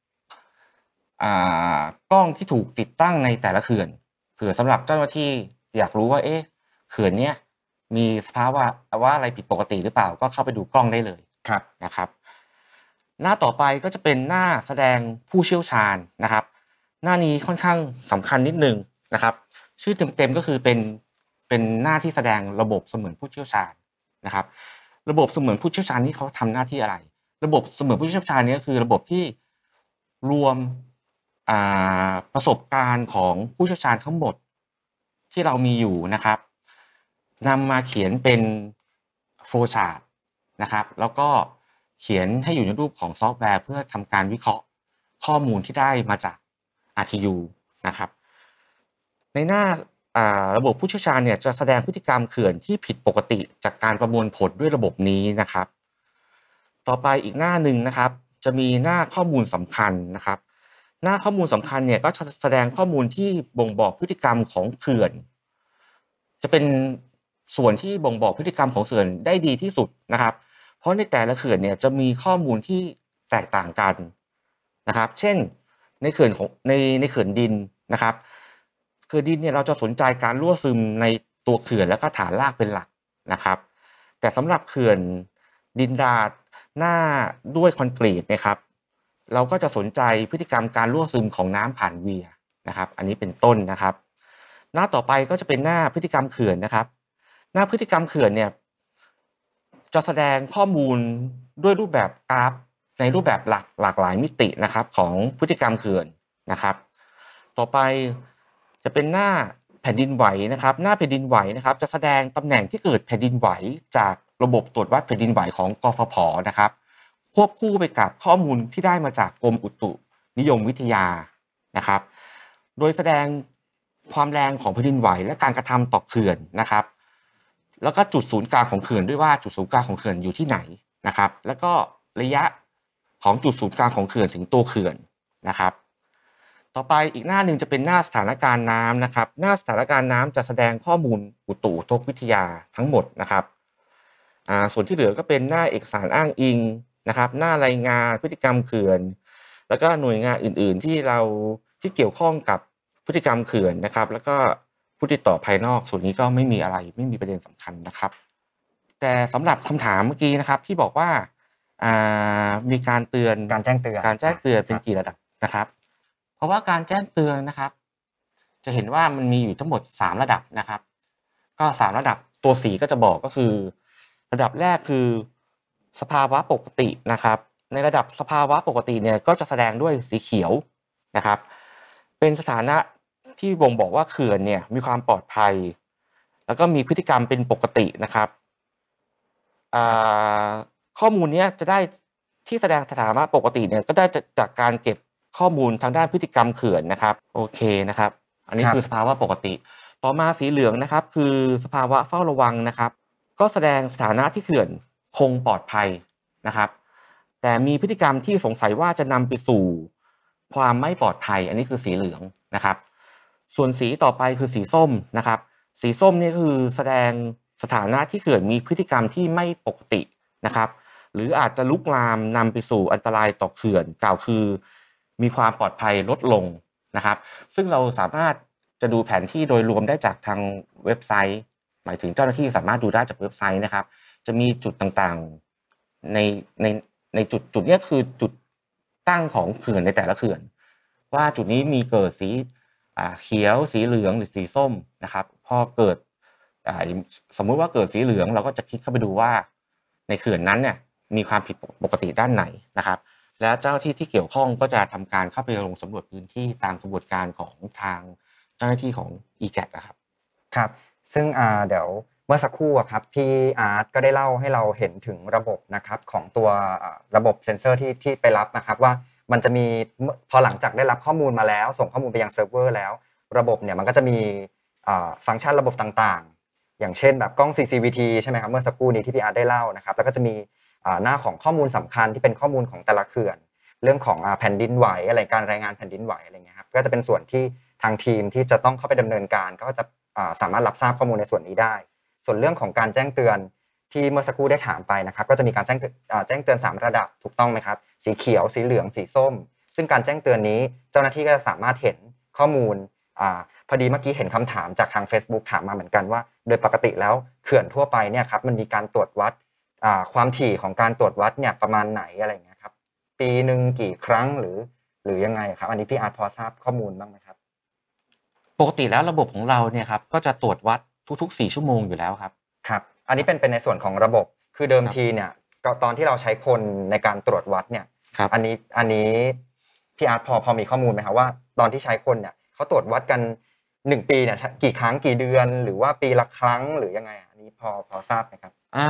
กล้องที่ถูกติดตั้งในแต่ละเขื่อนเผื่อสำหรับเจ้าหน้าที่อยากรู้ว่าเขื่อนเนี้ยมีสภาวะว่าอะไรผิดปกติหรือเปล่าก็เข้าไปดูกล้องได้เลยนะครับหน้าต่อไปก็จะเป็นหน้าแสดงผู้เชี่ยวชาญนะครับหน้านี้ค่อนข้างสำคัญนิดนึงนะครับชื่อเต็มๆก็คือเป็นหน้าที่แสดงระบบเสมือนผู้เชี่ยวชาญนะครับระบบเสมือนผู้เชี่ยวชาญนี่เขาทำหน้าที่อะไรระบบเสมือนผู้เชี่ยวชาญนี้ก็คือระบบที่รวมประสบการณ์ของผู้เชี่ยวชาญทั้งหมดที่เรามีอยู่นะครับนำมาเขียนเป็นโฟลว์ชาร์ตนะครับแล้วก็เขียนให้อยู่ในรูปของซอฟต์แวร์เพื่อทำการวิเคราะห์ข้อมูลที่ได้มาจาก RTU นะครับในหน้าระบบผู้เชี่ยวชาญเนี่ยจะแสดงพฤติกรรมเขื่อนที่ผิดปกติจากการประมวลผลด้วยระบบนี้นะครับต่อไปอีกหน้าหนึ่งนะครับจะมีหน้าข้อมูลสำคัญนะครับหน้าข้อมูลสำคัญเนี่ยก็จะแสดงข้อมูลที่บ่งบอกพฤติกรรมของเขื่อนจะเป็นส่วนที่บ่งบอกพฤติกรรมของเขื่อนได้ดีที่สุดนะครับเพราะในแต่ละเขื่อนเนี่ยจะมีข้อมูลที่แตกต่างกันนะครับเช่นในเขื่อนของในเขื่อนดินนะครับเขื่อนดินเนี่ยเราจะสนใจการรั่วซึมในตัวเขื่อนและก็ฐานรากเป็นหลักนะครับแต่สำหรับเขื่อนดินดาดหน้าด้วยคอนกรีตนะครับเราก็จะสนใจพฤติกรรมการรั่วซึมของน้ำผ่านเวียนะครับอันนี้เป็นต้นนะครับหน้าต่อไปก็จะเป็นหน้าพฤติกรรมเขื่อนนะครับหน้าพฤติกรรมเขื่อนเนี่ยจะแสดงข้อมูลด้วยรูปแบบกราฟในรูปแบบหลากหลายมิตินะครับของพฤติกรรมเขื่อนนะครับต่อไปจะเป็นหน้าแผ่นดินไหวนะครับหน้าแผ่นดินไหวนะครับจะแสดงตำแหน่งที่เกิดแผ่นดินไหวจากระบบตรวจวัดแผ่นดินไหวของกฟผ.นะครับควบคู่ไปกับข้อมูลที่ได้มาจากกรมอุตุนิยมวิทยานะครับโดยแสดงความแรงของแผ่นดินไหวและการกระทำต่อเขื่อนนะครับแล้วก็จุดศูนย์กลางของเขื่อนด้วยว่าจุดศูนย์กลางของเขื่อนอยู่ที่ไหนนะครับแล้วก็ระยะของจุดศูนย์กลางของเขื่อนถึงตัวเขื่อนนะครับต่อไปอีกหน้าหนึ่งจะเป็นหน้าสถานการณ์น้ำนะครับหน้าสถานการณ์น้ำจะแสดงข้อมูลอุตุทกวิทยาทั้งหมดนะครับส่วนที่เหลือก็เป็นหน้าเอกสารอ้างอิงนะครับหน้ารายงานพฤติกรรมเขื่อนแล้วก็หน่วยงานอื่นๆที่เกี่ยวข้องกับพฤติกรรมเขื่อนนะครับแล้วก็ผู้ติดต่อภายนอกส่วนนี้ก็ไม่มีอะไรไม่มีประเด็นสำคัญนะครับแต่สำหรับคำถามเมื่อกี้นะครับที่บอกว่ามีการเตือนการแจ้งเตือนเป็นกี่ระดับนะครับเพราะว่าการแจ้งเตือนนะครับจะเห็นว่ามันมีอยู่ทั้งหมด3ระดับนะครับก็3ระดับตัวสีก็จะบอกก็คือระดับแรกคือสภาวะปกตินะครับในระดับสภาวะปกติเนี่ยก็จะแสดงด้วยสีเขียวนะครับเป็นสถานะที่บ่งบอกว่าเขื่อนเนี่ยมีความปลอดภัยแล้วก็มีพฤติกรรมเป็นปกตินะครับข้อมูลนี้จะได้ที่แสดงสถานะปกติเนี่ยก็ได้จากการเก็บข้อมูลทางด้านพฤติกรรมเขื่อนนะครับโอเคนะครับอันนี้คือสภาวะปกติต่อมาสีเหลืองนะครับคือสภาวะเฝ้าระวังนะครับก็แสดงสถานะที่เขื่อนคงปลอดภัยนะครับแต่มีพฤติกรรมที่สงสัยว่าจะนำไปสู่ความไม่ปลอดภัยอันนี้คือสีเหลืองนะครับส่วนสีต่อไปคือสีส้มนะครับสีส้มนี่คือแสดงสถานะที่เขื่อนมีพฤติกรรมที่ไม่ปกตินะครับหรืออาจจะลุกลามนำไปสู่อันตรายต่อเขื่อนกล่าวคือมีความปลอดภัยลดลงนะครับซึ่งเราสามารถจะดูแผนที่โดยรวมได้จากทางเว็บไซต์หมายถึงเจ้าหน้าที่สามารถดูได้จากเว็บไซต์นะครับจะมีจุดต่างๆในจุดนี้คือจุดตั้งของเขื่อนในแต่ละเขื่อนว่าจุดนี้มีเกิดสีเขียวสีเหลืองหรือสีส้มนะครับพอเกิดสมมุติว่าเกิดสีเหลืองเราก็จะคลิกเข้าไปดูว่าในเขื่อนนั้นเนี่ยมีความผิดปกติด้านไหนนะครับและเจ้าหน้าที่ที่เกี่ยวข้องก็จะทำการเข้าไปลงสำรวจพื้นที่ตามกระบวนการของทางเจ้าหน้าที่ของ EGAT นะครับครับซึ่งเดี๋ยวเมื่อสักครู่ครับพี่อาร์ตก็ได้เล่าให้เราเห็นถึงระบบนะครับของตัวระบบเซ็นเซอร์ที่ไปรับนะครับว่ามันจะมีพอหลังจากได้รับข้อมูลมาแล้วส่งข้อมูลไปยังเซิร์ฟเวอร์แล้วระบบเนี่ยมันก็จะมีฟังก์ชันระบบต่างๆอย่างเช่นแบบกล้อง CCTV ใช่ไหมครับเมื่อสักครู่นี้ที่พี่อาร์ตได้เล่านะครับแล้วก็จะมีหน้าของข้อมูลสำคัญที่เป็นข้อมูลของแต่ละเขื่อนเรื่องของแผ่นดินไหวอะไรการรายงานแผ่นดินไหวอะไรเงี้ยครับก็จะเป็นส่วนที่ทางทีมที่จะต้องเข้าไปดำเนินการก็จะสามารถรับทราบข้อมูลในส่วนนี้ได้ส่วนเรื่องของการแจ้งเตือนทที่เมื่อสักครู่ได้ถามไปนะครับก็จะมีการแจ้งเตือน3ระดับถูกต้องไหมครับสีเขียวสีเหลืองสีส้มซึ่งการแจ้งเตือนนี้เจ้าหน้าที่ก็จะสามารถเห็นข้อมูลพอดีเมื่อกี้เห็นคำถามจากทาง Facebook ถามมาเหมือนกันว่าโดยปกติแล้วเขื่อนทั่วไปเนี่ยครับมันมีการตรวจวัดความถี่ของการตรวจวัดเนี่ยประมาณไหนอะไรอย่างเงี้ยครับปีนึงกี่ครั้งหรือยังไงครับอันนี้พี่อาร์ตพอทราบข้อมูลบ้างไหมครับปกติแล้วระบบของเราเนี่ยครับก็จะตรวจวัดทุกๆ4ชั่วโมงอยู่แล้วครับครับอันนี้เป็นในส่วนของระบบคือเดิมทีเนี่ยตอนที่เราใช้คนในการตรวจวัดเนี่ยอันนี้พี่อาร์ตพอมีข้อมูลไหมครับว่าตอนที่ใช้คนเนี่ยเขาตรวจวัดกัน1ปีเนี่ยกี่ครั้งกี่เดือนหรือว่าปีละครั้งหรือยังไงอันนี้พอทราบไหมครับ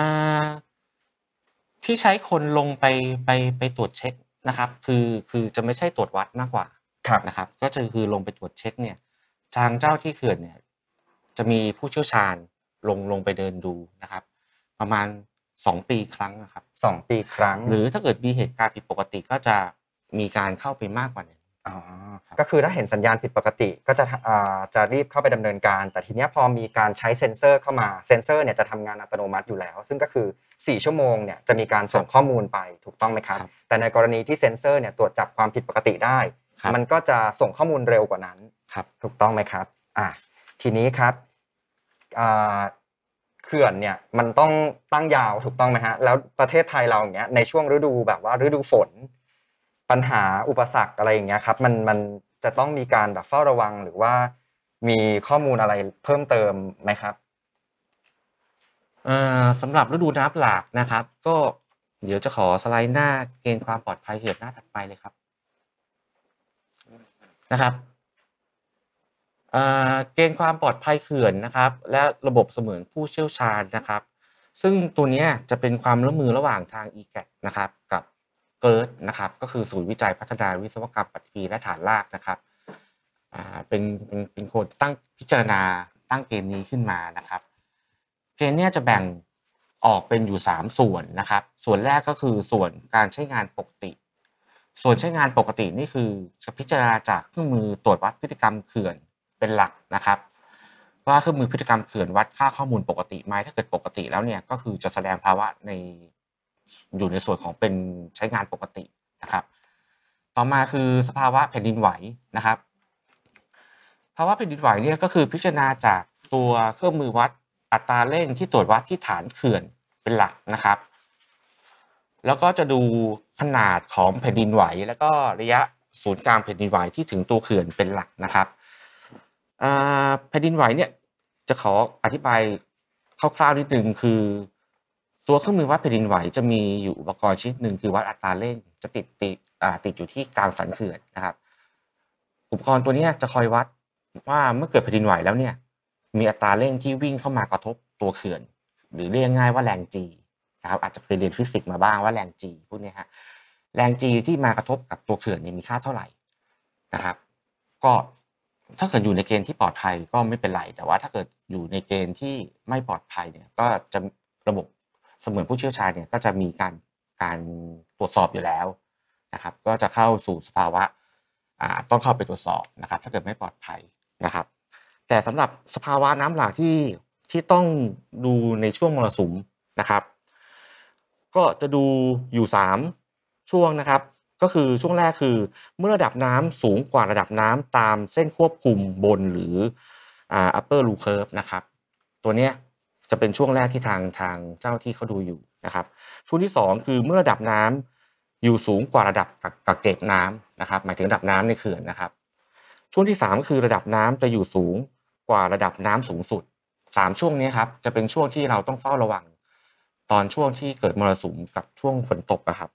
ที่ใช้คนลงไปตรวจเช็คนะครับคือจะไม่ใช่ตรวจวัดมากกว่านะครับก็คือลงไปตรวจเช็คเนี่ยทางเจ้าที่เขื่อนเนี่ยจะมีผู้เชี่ยวชาญลงไปเดินดูนะครับประมาณ2 ปีครั้งนะครับ 2 ปีครั้งหรือถ้าเกิดมีเหตุการณ์ผิดปกติก็จะมีการเข้าไปมากกว่านั้นก็คือถ้าเห็นสัญญาณผิดปกติก็จะรีบเข้าไปดำเนินการแต่ทีนี้พอมีการใช้เซ็นเซอร์เข้ามาเซ็นเซอร์เนี่ยจะทำงานอัตโนมัติอยู่แล้วซึ่งก็คือ4ชั่วโมงเนี่ยจะมีการส่งข้อมูลไปถูกต้องไหมครับแต่ในกรณีที่เซ็นเซอร์เนี่ยตรวจจับความผิดปกติได้มันก็จะส่งข้อมูลเร็วกว่านั้นถูกต้องไหมครับทีนี้ครับเขื่อนเนี่ยมันต้องตั้งยาวถูกต้องไหมฮะแล้วประเทศไทยเราอย่างเงี้ยในช่วงฤดูแบบว่าฤดูฝนปัญหาอุปสรรคอะไรอย่างเงี้ยครับมันจะต้องมีการแบบเฝ้าระวังหรือว่ามีข้อมูลอะไรเพิ่มเติมไหมครับสำหรับฤดูน้ำหลากนะครับก็เดี๋ยวจะขอสไลด์หน้าเกณฑ์ความปลอดภัยเขื่อนหน้าถัดไปเลยครับนะครับเกณฑ์ความปลอดภัยเขื่อนนะครับและระบบเสมือนผู้เชี่ยวชาญนะครับซึ่งตัวนี้จะเป็นความร่วมมือระหว่างทาง EGAT นะครับกับเกิร์ดนะครับก็คือศูนย์วิจัยพัฒนาวิศวกรรมปฏิพีและฐานรากนะครับเป็นคนตั้งพิจารณาตั้งเกณฑ์นี้ขึ้นมานะครับเกณฑ์นี้จะแบ่งออกเป็นอยู่3ส่วนนะครับส่วนแรกก็คือส่วนการใช้งานปกติส่วนใช้งานปกตินี่คือจะพิจารณาจากเครื่องมือตรวจวัดพฤติกรรมเขื่อนเป็นหลักนะครับว่าเครื่องมือพฤติกรรมเขื่อนวัดค่าข้อมูลปกติไหมถ้าเกิดปกติแล้วเนี่ยก็คือจะแสดงภาวะอยู่ในส่วนของเป็นใช้งานปกตินะครับต่อมาคือสภาวะแผ่นดินไหวนะครับภาวะแผ่นดินไหวเนี่ยก็คือพิจารณาจากตัวเครื่องมือวัดอัตราเร่งที่ตรวจวัดที่ฐานเขื่อนเป็นหลักนะครับแล้วก็จะดูขนาดของแผ่นดินไหวแล้วก็ระยะศูนย์กลางแผ่นดินไหวที่ถึงตัวเขื่อนเป็นหลักนะครับแผ่นดินไหวเนี่ยจะขออธิบายคร่าวๆนิดนึงคือตัวเครื่องมือวัดแผ่นดินไหวจะมีอยู่อุปกรณ์ชิ้นหนึ่งคือวัดอัตราเร่งจะติดอยู่ที่กลางสันเขื่อนนะครับอุปกรณ์ตัวนี้จะคอยวัดว่าเมื่อเกิดแผ่นดินไหวแล้วเนี่ยมีอัตราเร่งที่วิ่งเข้ามากระทบตัวเขื่อนหรือเรียกง่ายว่าแรง G นะครับอาจจะเคยเรียนฟิสิกส์มาบ้างว่าแรง G พวกนี้ฮะแรง G ที่มากระทบกับตัวเขื่อนเนี่ยมีค่าเท่าไหร่นะครับก็ถ้าเกิดอยู่ในเกณฑ์ที่ปลอดภัยก็ไม่เป็นไรแต่ว่าถ้าเกิดอยู่ในเกณฑ์ที่ไม่ปลอดภัยเนี่ยก็จะระบบเสมือนผู้เชี่ยวชาญเนี่ยก็จะมีการตรวจสอบอยู่แล้วนะครับก็จะเข้าสู่สภาวะต้องเข้าไปตรวจสอบนะครับถ้าเกิดไม่ปลอดภัยนะครับแต่สำหรับสภาวะน้ำหลากที่ต้องดูในช่วงมรสุมนะครับก็จะดูอยู่3ช่วงนะครับก็คือช่วงแรกคือเมื่อระดับน้ำสูงกว่าระดับน้ำตามเส้นควบคุมบนหรือupper rule curve นะครับตัวเนี้ยจะเป็นช่วงแรกที่ทางเจ้าที่เขาดูอยู่นะครับช่วงที่2คือเมื่อระดับน้ำอยู่สูงกว่าระดับกักเก็บน้ำนะครับหมายถึงระดับน้ำในเขื่อนนะครับช่วงที่3ก็คือระดับน้ำจะอยู่สูงกว่าระดับน้ำสูงสุด3ช่วงนี้ครับจะเป็นช่วงที่เราต้องเฝ้าระวังตอนช่วงที่เกิดมรสุมกับช่วงฝนตกนะครับ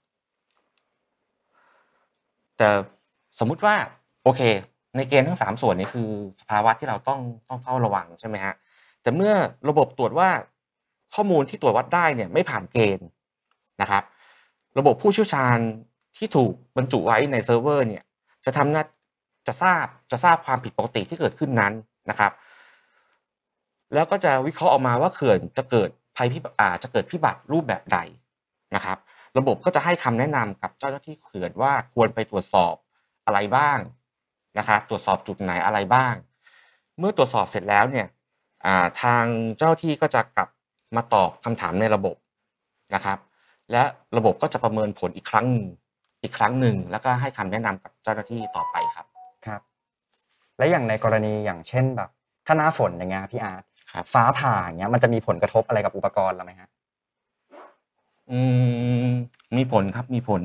แต่สมมุติว่าโอเคในเกณฑ์ทั้ง3ส่วนนี้คือสภาวะที่เราต้องเฝ้าระวังใช่ไหมฮะแต่เมื่อระบบตรวจว่าข้อมูลที่ตรวจวัดได้เนี่ยไม่ผ่านเกณฑ์นะครับระบบผู้เชี่ยวชาญที่ถูกบรรจุไว้ในเซิร์ฟเวอร์เนี่ยจะทราบความผิดปกติที่เกิดขึ้นนั้นนะครับแล้วก็จะวิเคราะห์ออกมาว่าเขื่อนจะเกิดพิบัติรูปแบบใดนะครับระบบก็จะให้คำแนะนำกับเจ้าหน้าที่เขื่อนว่าควรไปตรวจสอบอะไรบ้างนะครับตรวจสอบจุดไหนอะไรบ้างเมื่อตรวจสอบเสร็จแล้วเนี่ยทางเจ้าที่ก็จะกลับมาตอบคำถามในระบบนะครับและระบบก็จะประเมินผลอีกครั้งหนึ่งแล้วก็ให้คำแนะนำกับเจ้าหน้าที่ต่อไปครับครับและอย่างในกรณีอย่างเช่นแบบถ้าหน้าฝนอย่างเงี้ยพี่อาร์ตครับฟ้าผ่าอย่างเงี้ยมันจะมีผลกระทบอะไรกับอุปกรณ์เราไหมฮะมีผลครับมีผล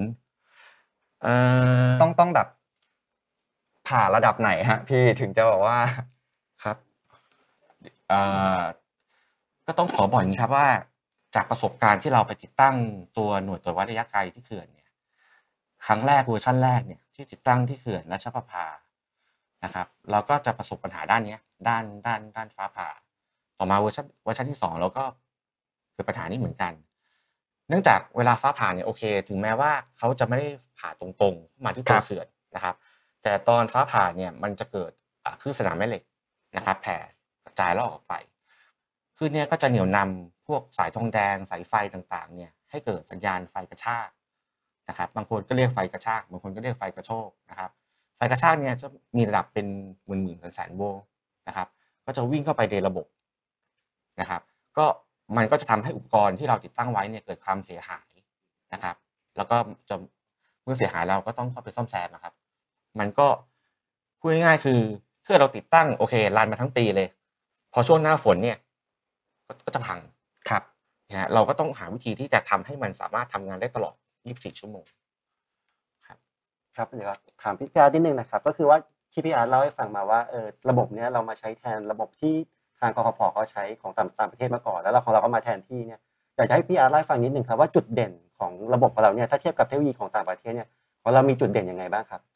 ต้องแบบผ่าระดับไหนฮะพี่ถึงจะบอกว่าครับเอ่อก็ต้องขอบอกอย่างนี้ครับว่าจากประสบการณ์ที่เราไปติดตั้งตัวหน่วยตรวจวัดระยะไกลที่เขื่อนเนี่ยครั้งแรกเวอร์ชันแรกเนี่ยที่ติดตั้งที่เขื่อนราชประภานะครับเราก็จะประสบปัญหาด้านนี้ด้านฟ้าผ่าต่อมาเวอร์ชันที่2เราก็เกิดปัญหานี้เหมือนกันเนื่องจากเวลาฟ้าผ่าเนี่ยโอเคถึงแม้ว่าเขาจะไม่ได้ผ่าตรงๆเข้ามาที่ตัวเขื่อนนะครับแต่ตอนฟ้าผ่าเนี่ยมันจะเกิดคลื่นสนามแม่เหล็กนะครับแผ่กระจายรอบออกไปคลื่นนี้ก็จะเหนี่ยวนำพวกสายทองแดงสายไฟต่างๆเนี่ยให้เกิดสัญญาณไฟกระชากนะครับบางคนก็เรียกไฟกระชากบางคนก็เรียกไฟกระโชกนะครับไฟกระชากเนี่ยจะมีระดับเป็นหมื่นแสนโวลต์นะครับก็จะวิ่งเข้าไปในระบบนะครับก็มันก็จะทำให้อุปกรณ์ที่เราติดตั้งไว้เนี่ยเกิดความเสียหายนะครับแล้วก็จะเมื่อเสียหายเราก็ต้องเข้าไปซ่อมแซมนะครับมันก็พูดง่ายๆคือถ้าเราติดตั้งโอเครันมาทั้งปีเลยพอช่วงหน้าฝนเนี่ยก็จะพังครับนะฮะเราก็ต้องหาวิธีที่จะทำให้มันสามารถทำงานได้ตลอด24ชั่วโมงครับเดี๋ยวถามพี่อาร์ตนิดนึงนะครับก็คือว่าที่พี่อาร์ตเล่าให้ฟังมาว่าระบบเนี้ยเรามาใช้แทนระบบที่ทางกฟผ.เขาใช้ของต่างประเทศมาก่อนแล้วของเราก็มาแทนที่เนี่ยอยากจะให้พี่อาร์ตเล่าให้ฟังนิดนึงครับว่าจุดเด่นของระบบของเราเนี่ยถ้าเทียบกับเทคโนโลยีของต่างประเทศเนี่ยของเรามีจุดเด่นยังไงบ้างครับ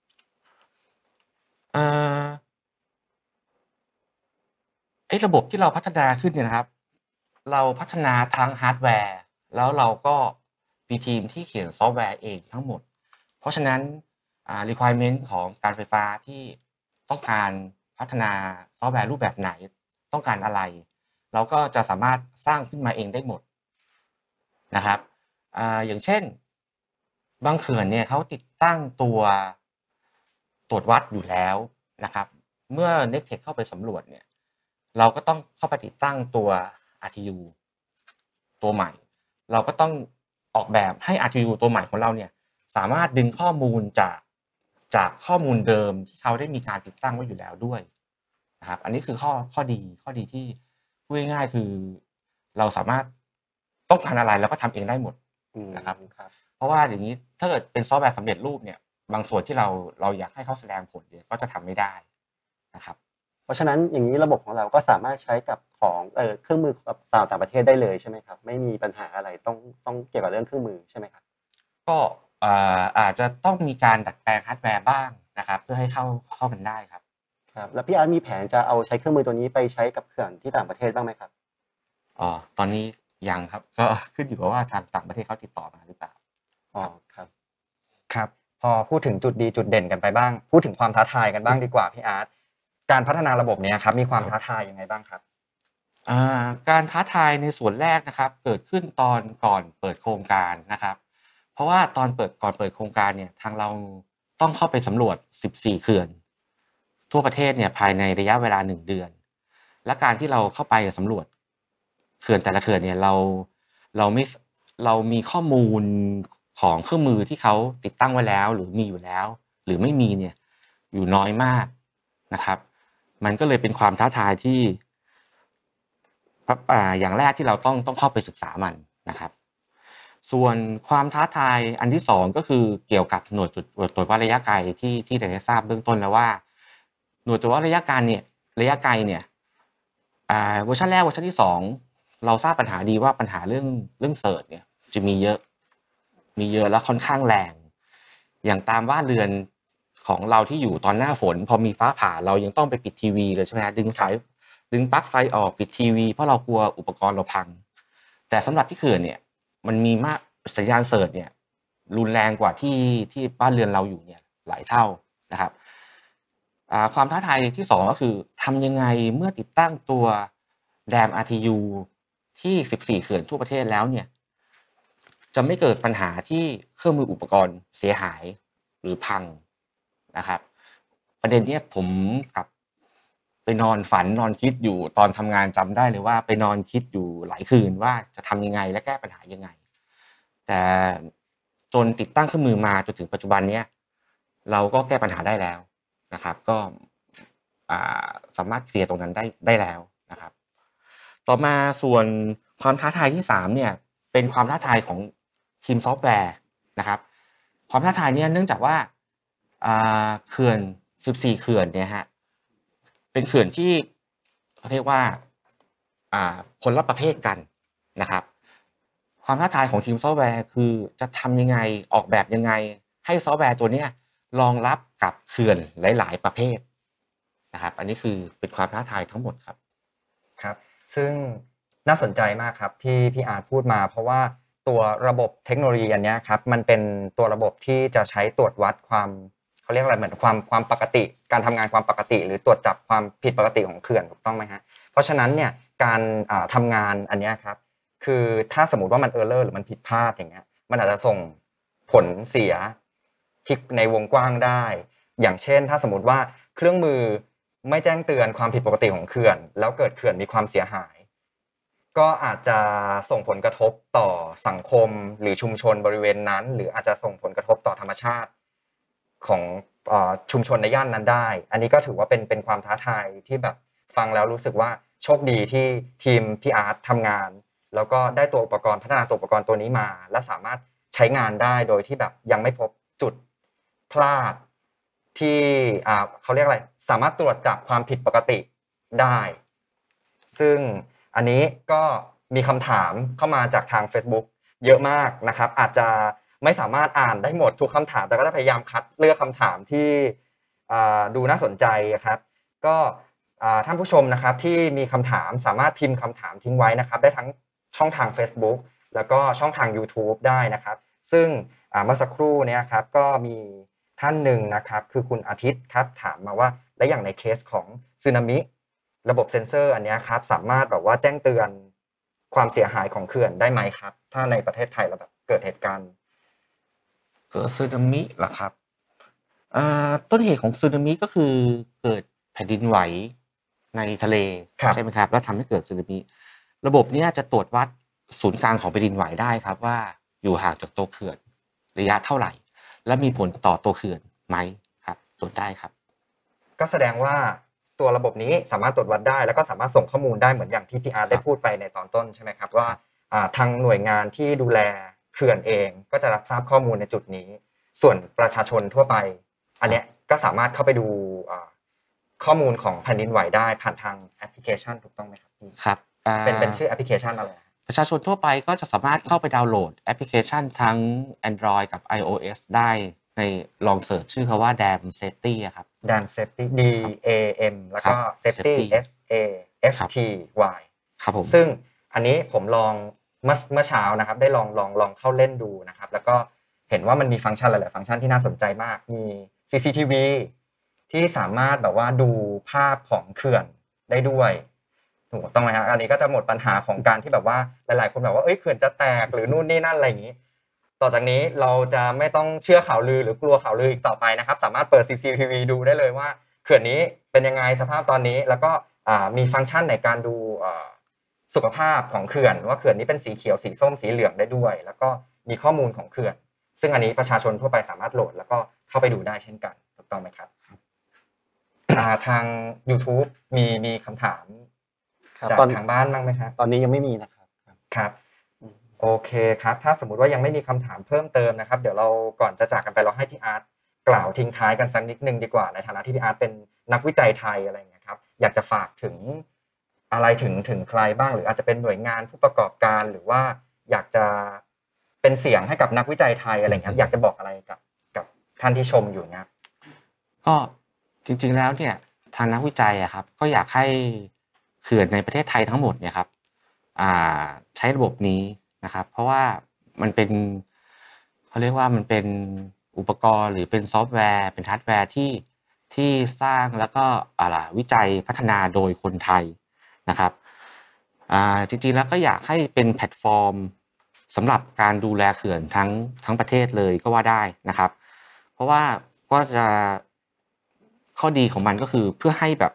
ระบบที่เราพัฒนาขึ้นเนี่ยนะครับเราพัฒนาทั้งฮาร์ดแวร์แล้วเราก็มีทีมที่เขียนซอฟต์แวร์เองทั้งหมดเพราะฉะนั้นrequirement ของการไฟฟ้าที่ต้องการพัฒนาซอฟต์แวร์รูปแบบไหนต้องการอะไรเราก็จะสามารถสร้างขึ้นมาเองได้หมดนะครับอย่างเช่นบางเขื่อนเนี่ยเขาติดตั้งตัวตรวจวัดอยู่แล้วนะครับเมื่อ Nectech เข้าไปสำรวจเนี่ยเราก็ต้องเข้าไปติดตั้งตัว RTU ตัวใหม่เราก็ต้องออกแบบให้ RTU ตัวใหม่ของเราเนี่ยสามารถดึงข้อมูลจากข้อมูลเดิมที่เขาได้มีการติดตั้งไว้อยู่แล้วด้วยนะครับอันนี้คือข้อดีที่พูดง่ายๆคือเราสามารถต้องการอะไรเราก็ทำเองได้หมดนะครับเพราะว่าอย่างนี้ถ้าเกิดเป็นซอฟต์แวร์สำเร็จรูปเนี่ยบางส่วนที่เราอยากให้เขาแสดงผลเนี่ยก็จะทำไม่ได้นะครับเพราะฉะนั้นอย่างนี้ระบบของเราก็สามารถใช้กับของเครื่องมือต่างประเทศได้เลยใช่ไหมครับไม่มีปัญหาอะไรต้องเกี่ยวกับเรื่องเครื่องมือใช่ไหมครับก็อาจจะต้องมีการดัดแปลงฮาร์ดแวร์บ้างนะครับเพื่อให้เข้ากันได้ครับแล้วพี่อาร์ตมีแผนจะเอาใช้เครื่องมือตัวนี้ไปใช้กับเขื่อนที่ต่างประเทศบ้างไหมครับตอนนี้ยังครับก็ขึ้นอยู่กับว่าทางต่างประเทศเขาติดต่อมาหรือเปล่าครับพอพูดถึงจุดดีจุดเด่นกันไปบ้างพูดถึงความท้าทายกันบ้างดีกว่าพี่อาร์ตการพัฒนาระบบนี้ครับมีความท้าทายยังไงบ้างครับการท้าทายในส่วนแรกนะครับเกิดขึ้นตอนก่อนเปิดโครงการนะครับเพราะว่าตอนก่อนเปิดโครงการเนี่ยทางเราต้องเข้าไปสำรวจ14เขื่อนทั่วประเทศเนี่ยภายในระยะเวลา1เดือนและการที่เราเข้าไปสำรวจเขื่อนแต่ละเขื่อนเนี่ยเรามีข้อมูลของเครื่องมือที่เขาติดตั้งไว้แล้วหรือมีอยู่แล้วหรือไม่มีเนี่ยอยู่น้อยมากนะครับมันก็เลยเป็นความท้าทายที่อย่างแรกที่เราต้องเข้าไปศึกษามันนะครับส่วนความท้าทายอันที่2ก็คือเกี่ยวกับหน่วยตรวจวัดระยะไกลที่ได้ทราบเบื้องต้นแล้วว่าหน่วยตรวจวัดระยะไกลเนี่ยเวอร์ชันแรกเวอร์ชันที่2เราทราบปัญหาดีว่าปัญหาเรื่องเซิร์ชเนี่ยจะมีเยอะและค่อนข้างแรงอย่างตามบ้านเรือนของเราที่อยู่ตอนหน้าฝนพอมีฟ้าผ่าเรายังต้องไปปิดทีวีเลยใช่ไหมฮะดึงปลั๊กไฟออกปิดทีวีเพราะเรากลัวอุปกรณ์เราพังแต่สำหรับที่เขื่อนเนี่ยมันมีมากสัญญาณเซิร์ชเนี่ยรุนแรงกว่าที่บ้านเรือนเราอยู่เนี่ยหลายเท่านะครับความท้าทายที่2ก็คือทำยังไงเมื่อติดตั้งตัวแดม RTU ที่14เขื่อนทั่วประเทศแล้วเนี่ยจะไม่เกิดปัญหาที่เครื่องมืออุปกรณ์เสียหายหรือพังนะครับประเด็นนี้ผมกับไปนอนฝันนอนคิดอยู่ตอนทำงานจำได้เลยว่าไปนอนคิดอยู่หลายคืนว่าจะทำยังไงและแก้ปัญหายังไงแต่จนติดตั้งเครื่องมือมาจนถึงปัจจุบันเนี้ยเราก็แก้ปัญหาได้แล้วนะครับก็สามารถเคลียร์ตรงนั้นได้แล้วนะครับต่อมาส่วนความท้าทายที่3เนี่ยเป็นความท้าทายของทีมซอฟต์แวร์นะครับความท้าทายเนี่ยเนื่องจากว่าเขื่อน14เขื่อนเนี่ยฮะเป็นเขื่อนที่เรียกว่าคนละประเภทกันนะครับความท้าทายของทีมซอฟต์แวร์คือจะทำยังไงออกแบบยังไงให้ซอฟต์แวร์ตัวนี้รองรับกับเขื่อนหลายๆประเภทนะครับอันนี้คือเป็นความท้าทายทั้งหมดครับครับซึ่งน่าสนใจมากครับที่พี่อาร์ตพูดมาเพราะว่าตัวระบบเทคโนโลยีอันนี้ครับมันเป็นตัวระบบที่จะใช้ตรวจวัดความเขาเรียกอะไรเหมือนความปกติการทำงานความปกติหรือตรวจจับความผิดปกติของเขื่อนถูกต้องไหมฮะเพราะฉะนั้นเนี่ยการทำงานอันนี้ครับคือถ้าสมมติว่ามันเออร์เลอร์หรือมันผิดพลาดอย่างเงี้ยมันอาจจะส่งผลเสียที่ในวงกว้างได้อย่างเช่นถ้าสมมติว่าเครื่องมือไม่แจ้งเตือนความผิดปกติของเขื่อนแล้วเกิดเขื่อนมีความเสียหายก็อาจจะส่งผลกระทบต่อสังคมหรือชุมชนบริเวณนั้นหรืออาจจะส่งผลกระทบต่อธรรมชาติของชุมชนในย่านนั้นได้อันนี้ก็ถือว่าเป็นความท้าทายที่แบบฟังแล้วรู้สึกว่าโชคดีที่ทีมพี่อาร์ตทำงานแล้วก็ได้ตัวอุปกรณ์พัฒนาตัวอุปกรณ์ตัวนี้มาและสามารถใช้งานได้โดยที่แบบยังไม่พบจุดพลาดที่เขาเรียกอะไรสามารถตรวจจับความผิดปกติได้ซึ่งอันนี้ก็มีคำถามเข้ามาจากทาง Facebook เยอะมากนะครับอาจจะไม่สามารถอ่านได้หมดทุกคำถามแต่ก็จะพยายามคัดเลือกคำถามที่ดูน่าสนใจครับก็ท่านผู้ชมนะครับที่มีคำถามสามารถพิมพ์คำถามทิ้งไว้นะครับได้ทั้งช่องทาง Facebook แล้วก็ช่องทาง YouTube ได้นะครับซึ่งเมื่อสักครู่นี้ครับก็มีท่านหนึ่งนะครับคือคุณอาทิตย์ครับถามมาว่าและอย่างในเคสของสึนามิระบบเซ็นเซอร์อันนี้ครับสามารถแบบว่าแจ้งเตือนความเสียหายของเขื่อนได้ไหมครับถ้าในประเทศไทยเราแบบเกิดเหตุการณ์เกิดสึนามิเหรอครับต้นเหตุของสึนามิก็คือเกิดแผ่นดินไหวในทะเลใช่ไหมครับแล้วทำให้เกิดสึนามิระบบนี้จะตรวจวัดศูนย์กลางของแผ่นดินไหวได้ครับว่าอยู่ห่างจากตัวเขื่อนระยะเท่าไหร่และมีผลต่อตัวเขื่อนไหมครับตรวจได้ครับก็แสดงว่าตัวระบบนี้สามารถตรวจวัดได้แล้วก็สามารถส่งข้อมูลได้เหมือนอย่างที่พี่อาร์ตได้พูดไปในตอนต้นใช่ไหมครับว่าทางหน่วยงานที่ดูแลเขื่อนเองก็จะรับทราบข้อมูลในจุดนี้ส่วนประชาชนทั่วไปอันเนี้ยก็สามารถเข้าไปดูข้อมูลของแผ่นดินไหวได้ผ่านทางแอปพลิเคชันถูกต้องไหมครับครับเป็นชื่อแอปพลิเคชันอะไรประชาชนทั่วไปก็จะสามารถเข้าไปดาวน์โหลดแอปพลิเคชันทั้ง Android กับ iOS ได้ในลองเสิร์ชชื่อเขาว่า Dam Safety ครับ Dam Safety DAM แล้วก็ Safety SAFTY ครับผมซึ่งอันนี้ผมลองเมื่อเช้านะครับได้ลองเข้าเล่นดูนะครับแล้วก็เห็นว่ามันมีฟังก์ชันหลายๆฟังก์ชันที่น่าสนใจมากมี CCTV ที่สามารถแบบว่าดูภาพของเขื่อนได้ด้วยถูกต้องไหมครับอันนี้ก็จะหมดปัญหาของการที่แบบว่าหลายๆคนแบบว่าเขื่อนจะแตกหรือนู่นนี่นั่นอะไรอย่างนี้ต่อจากนี้เราจะไม่ต้องเชื่อข่าวลือหรือกลัวข่าวลืออีกต่อไปนะครับสามารถเปิด CCTV ดูได้เลยว่าเขื่อนนี้เป็นยังไงสภาพตอนนี้แล้วก็มีฟังก์ชันในการดูสุขภาพของเขื่อนว่าเขื่อนนี้เป็นสีเขียวสีส้มสีเหลืองได้ด้วยแล้วก็มีข้อมูลของเขื่อนซึ่งอันนี้ประชาชนทั่วไปสามารถโหลดแล้วก็เข้าไปดูได้เช่นกันถูกต้องไหมครับทาง YouTube มีคำถามจากทางบ้านบ้างไหมครับตอนนี้ยังไม่มีนะครับครับโอเคครับถ้าสมมุติว่ายังไม่มีคำถามเพิ่มเติมนะครับเดี๋ยวเราก่อนจะจากกันไปเราให้พี่อาร์ตกล่าวทิ้งท้ายกันสักนิดนึงดีกว่าในฐานะที่พี่อาร์ตเป็นนักวิจัยไทยอะไรอย่างเงี้ยครับอยากจะฝากถึงอะไรถึงใครบ้างหรืออาจจะเป็นหน่วยงานผู้ประกอบการหรือว่าอยากจะเป็นเสียงให้กับนักวิจัยไทยอะไรอย่างเงี้ยอยากจะบอกอะไรกับท่านที่ชมอยู่เนี่ยก็จริงๆแล้วเนี่ยทางนักวิจัยครับก็อยากให้เขื่อนในประเทศไทยทั้งหมดเนี่ยครับใช้ระบบนี้นะครับเพราะว่ามันเป็นเขาเรียกว่ามันเป็นอุปกรณ์หรือเป็นซอฟต์แวร์เป็นฮาร์ดแวร์ที่สร้างแล้วก็วิจัยพัฒนาโดยคนไทยนะครับจริงๆแล้วก็อยากให้เป็นแพลตฟอร์มสำหรับการดูแลเขื่อนทั้งประเทศเลยก็ว่าได้นะครับเพราะว่าก็จะข้อดีของมันก็คือเพื่อให้แบบ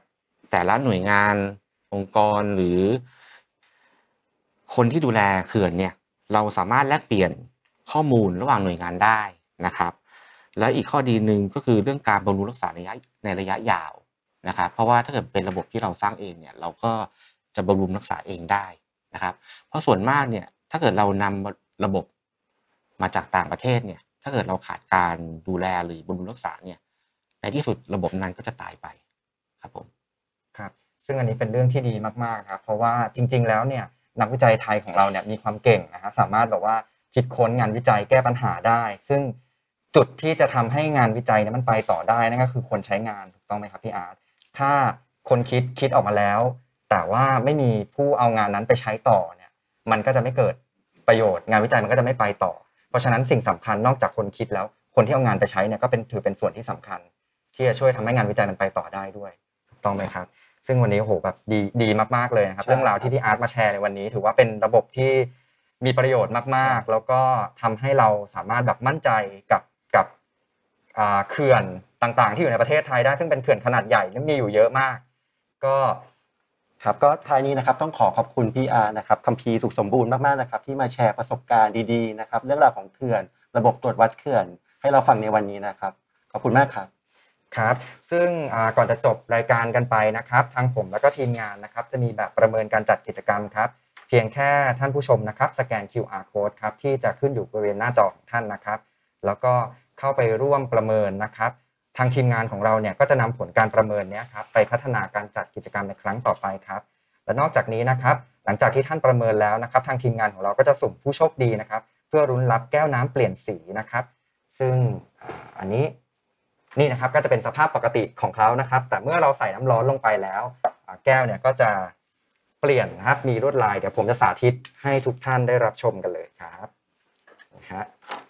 แต่ละหน่วยงานองค์กรหรือคนที่ดูแลเขื่อนเนี่ยเราสามารถแลกเปลี่ยนข้อมูลระหว่างหน่วยงานได้นะครับและอีกข้อดีหนึ่งก็คือเรื่องการบำรุงรักษาในระยะยาวนะครับเพราะว่าถ้าเกิดเป็นระบบที่เราสร้างเองเนี่ยเราก็จะบำรุงรักษาเองได้นะครับเพราะส่วนมากเนี่ยถ้าเกิดเรานำระบบมาจากต่างประเทศเนี่ยถ้าเกิดเราขาดการดูแลหรือบำรุงรักษาเนี่ยในที่สุดระบบนั้นก็จะตายไปครับผมครับซึ่งอันนี้เป็นเรื่องที่ดีมากๆครับเพราะว่าจริงๆแล้วเนี่ยนักวิจัยไทยของเราเนี่ยมีความเก่งนะฮะสามารถแบบว่าคิดค้นงานวิจัยแก้ปัญหาได้ซึ่งจุดที่จะทำให้งานวิจัยเนี่ยมันไปต่อได้นั่นก็คือคนใช้งานถูกต้องไหมครับพี่อาร์ตถ้าคนคิดออกมาแล้วแต่ว่าไม่มีผู้เอางานนั้นไปใช้ต่อเนี่ยมันก็จะไม่เกิดประโยชน์งานวิจัยมันก็จะไม่ไปต่อเพราะฉะนั้นสิ่งสำคัญนอกจากคนคิดแล้วคนที่เอางานไปใช้เนี่ยก็ถือเป็นส่วนที่สำคัญที่จะช่วยทำให้งานวิจัยมันไปต่อได้ด้วยถูกต้องไหมครับซึ่งวันนี้โหแบบดีมากๆเลยนะครับเรื่องราวที่พี่อาร์ตมาแชร์ในวันนี้ถือว่าเป็นระบบที่มีประโยชน์มากๆแล้วก็ทำให้เราสามารถแบบมั่นใจกับเขื่อนต่างๆที่อยู่ในประเทศไทยได้ซึ่งเป็นเขื่อนขนาดใหญ่และมีอยู่เยอะมากก็ครับก็ท้ายนี้นะครับต้องขอบคุณพี่อาร์นะครับคัมภีร์สุขสมบูรณ์มากๆนะครับที่มาแชร์ประสบการณ์ดีๆนะครับเรื่องราวของเขื่อนระบบตรวจวัดเขื่อนให้เราฟังในวันนี้นะครับขอบคุณมากครับครับซึ่งก่อนจะจบรายการกันไปนะครับทางผมแล้วก็ทีมงานนะครับจะมีแบบประเมินการจัดกิจกรรมครับเพียงแค่ท่านผู้ชมนะครับสแกน QR code ครับที่จะขึ้นอยู่บริเวณหน้าจอของท่านนะครับแล้วก็เข้าไปร่วมประเมินนะครับทางทีมงานของเราเนี่ยก็จะนำผลการประเมินนี้ครับไปพัฒนาการจัดกิจกรรมในครั้งต่อไปครับและนอกจากนี้นะครับหลังจากที่ท่านประเมินแล้วนะครับทางทีมงานของเราก็จะสุ่มผู้โชคดีนะครับเพื่อรุ้นรับแก้วน้ำเปลี่ยนสีนะครับซึ่งอันนี้นี่นะครับก็จะเป็นสภาพปกติของเขานะครับแต่เมื่อเราใส่น้ำร้อนลงไปแล้วแก้วเนี่ยก็จะเปลี่ยนนะครับมีลวดลายเดี๋ยวผมจะสาธิตให้ทุกท่านได้รับชมกันเลยครับนะฮะ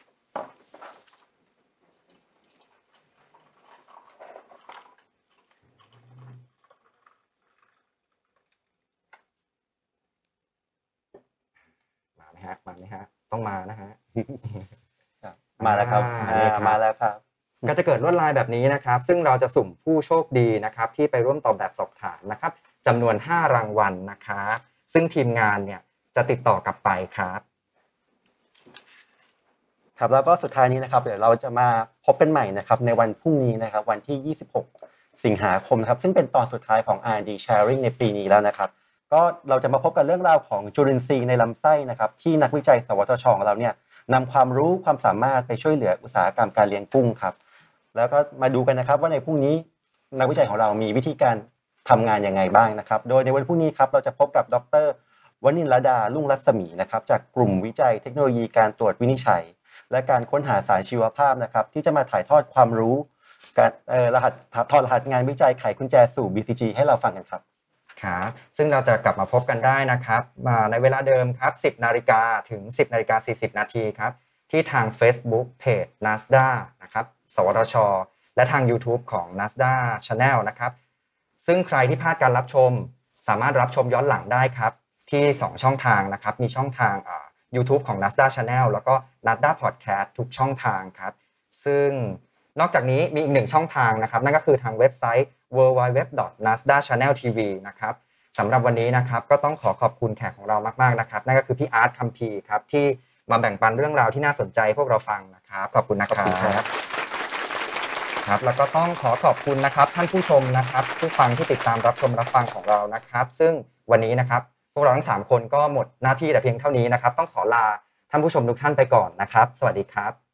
มาไหมฮะต้องมานะฮะมาแล้วครับมาแล้วครับก็จะเกิดลวดลายแบบนี้นะครับซึ่งเราจะสุ่มผู้โชคดีนะครับที่ไปร่วมตอบแบบสอบถามนะครับจำนวน5รางวัลนะครับซึ่งทีมงานเนี่ยจะติดต่อกลับไปครับครับแล้วก็สุดท้ายนี้นะครับเดี๋ยวเราจะมาพบกันใหม่นะครับในวันพรุ่งนี้นะครับวันที่26สิงหาคมครับซึ่งเป็นตอนสุดท้ายของ R&D Sharing ในปีนี้แล้วนะครับก็เราจะมาพบกันเรื่องราวของจุลินทรีย์ในลำไส้นะครับที่นักวิจัยสวทช.ของเราเนี่ยนำความรู้ความสามารถไปช่วยเหลืออุตสาหกรรมการเลี้ยงกุ้งครับแล้วก็มาดูกันนะครับว่าในพรุ่งนี้นักวิจัยของเรามีวิธีการทำงานยังไงบ้างนะครับโดยในวันพรุ่งนี้ครับเราจะพบกับดร.วณินทร์ ลดา รุ่งรัศมีนะครับจากกลุ่มวิจัยเทคโนโลยีการตรวจวินิจฉัยและการค้นหาสารชีวภาพนะครับที่จะมาถ่ายทอดความรู้การถอดรหัสงานวิจัยไขกุญแจสู่ BCG ให้เราฟังกันครับครับซึ่งเราจะกลับมาพบกันได้นะครับมาในเวลาเดิมครับ 10:00 น.ถึง 10:40 น.ครับที่ทาง Facebook Page NASDA นะครับสวทช.และทาง YouTube ของ NASDA Channel นะครับซึ่งใครที่พลาดการรับชมสามารถรับชมย้อนหลังได้ครับที่2ช่องทางนะครับมีช่องทางYouTube ของ NASDA Channel แล้วก็ NASDA Podcast ทุกช่องทางครับซึ่งนอกจากนี้มีอีก1ช่องทางนะครับนั่นก็คือทางเว็บไซต์ www.nasdachanneltv นะครับสำหรับวันนี้นะครับก็ต้องขอบคุณแขกของเรามากๆนะครับนั่นก็คือพี่อาร์ตคัมภีร์ครับที่มาแบ่งปันเรื่องราวที่น่าสนใจพวกเราฟังนะครับขอบคุณนะครับครับแล้วก็ต้องขอบคุณนะครับท่านผู้ชมนะครับผู้ฟังที่ติดตามรับชมรับฟังของเรานะครับซึ่งวันนี้นะครับพวกเราทั้ง3คนก็หมดหน้าที่แต่เพียงเท่านี้นะครับต้องขอลาท่านผู้ชมทุกท่านไปก่อนนะครับสวัสดีครับ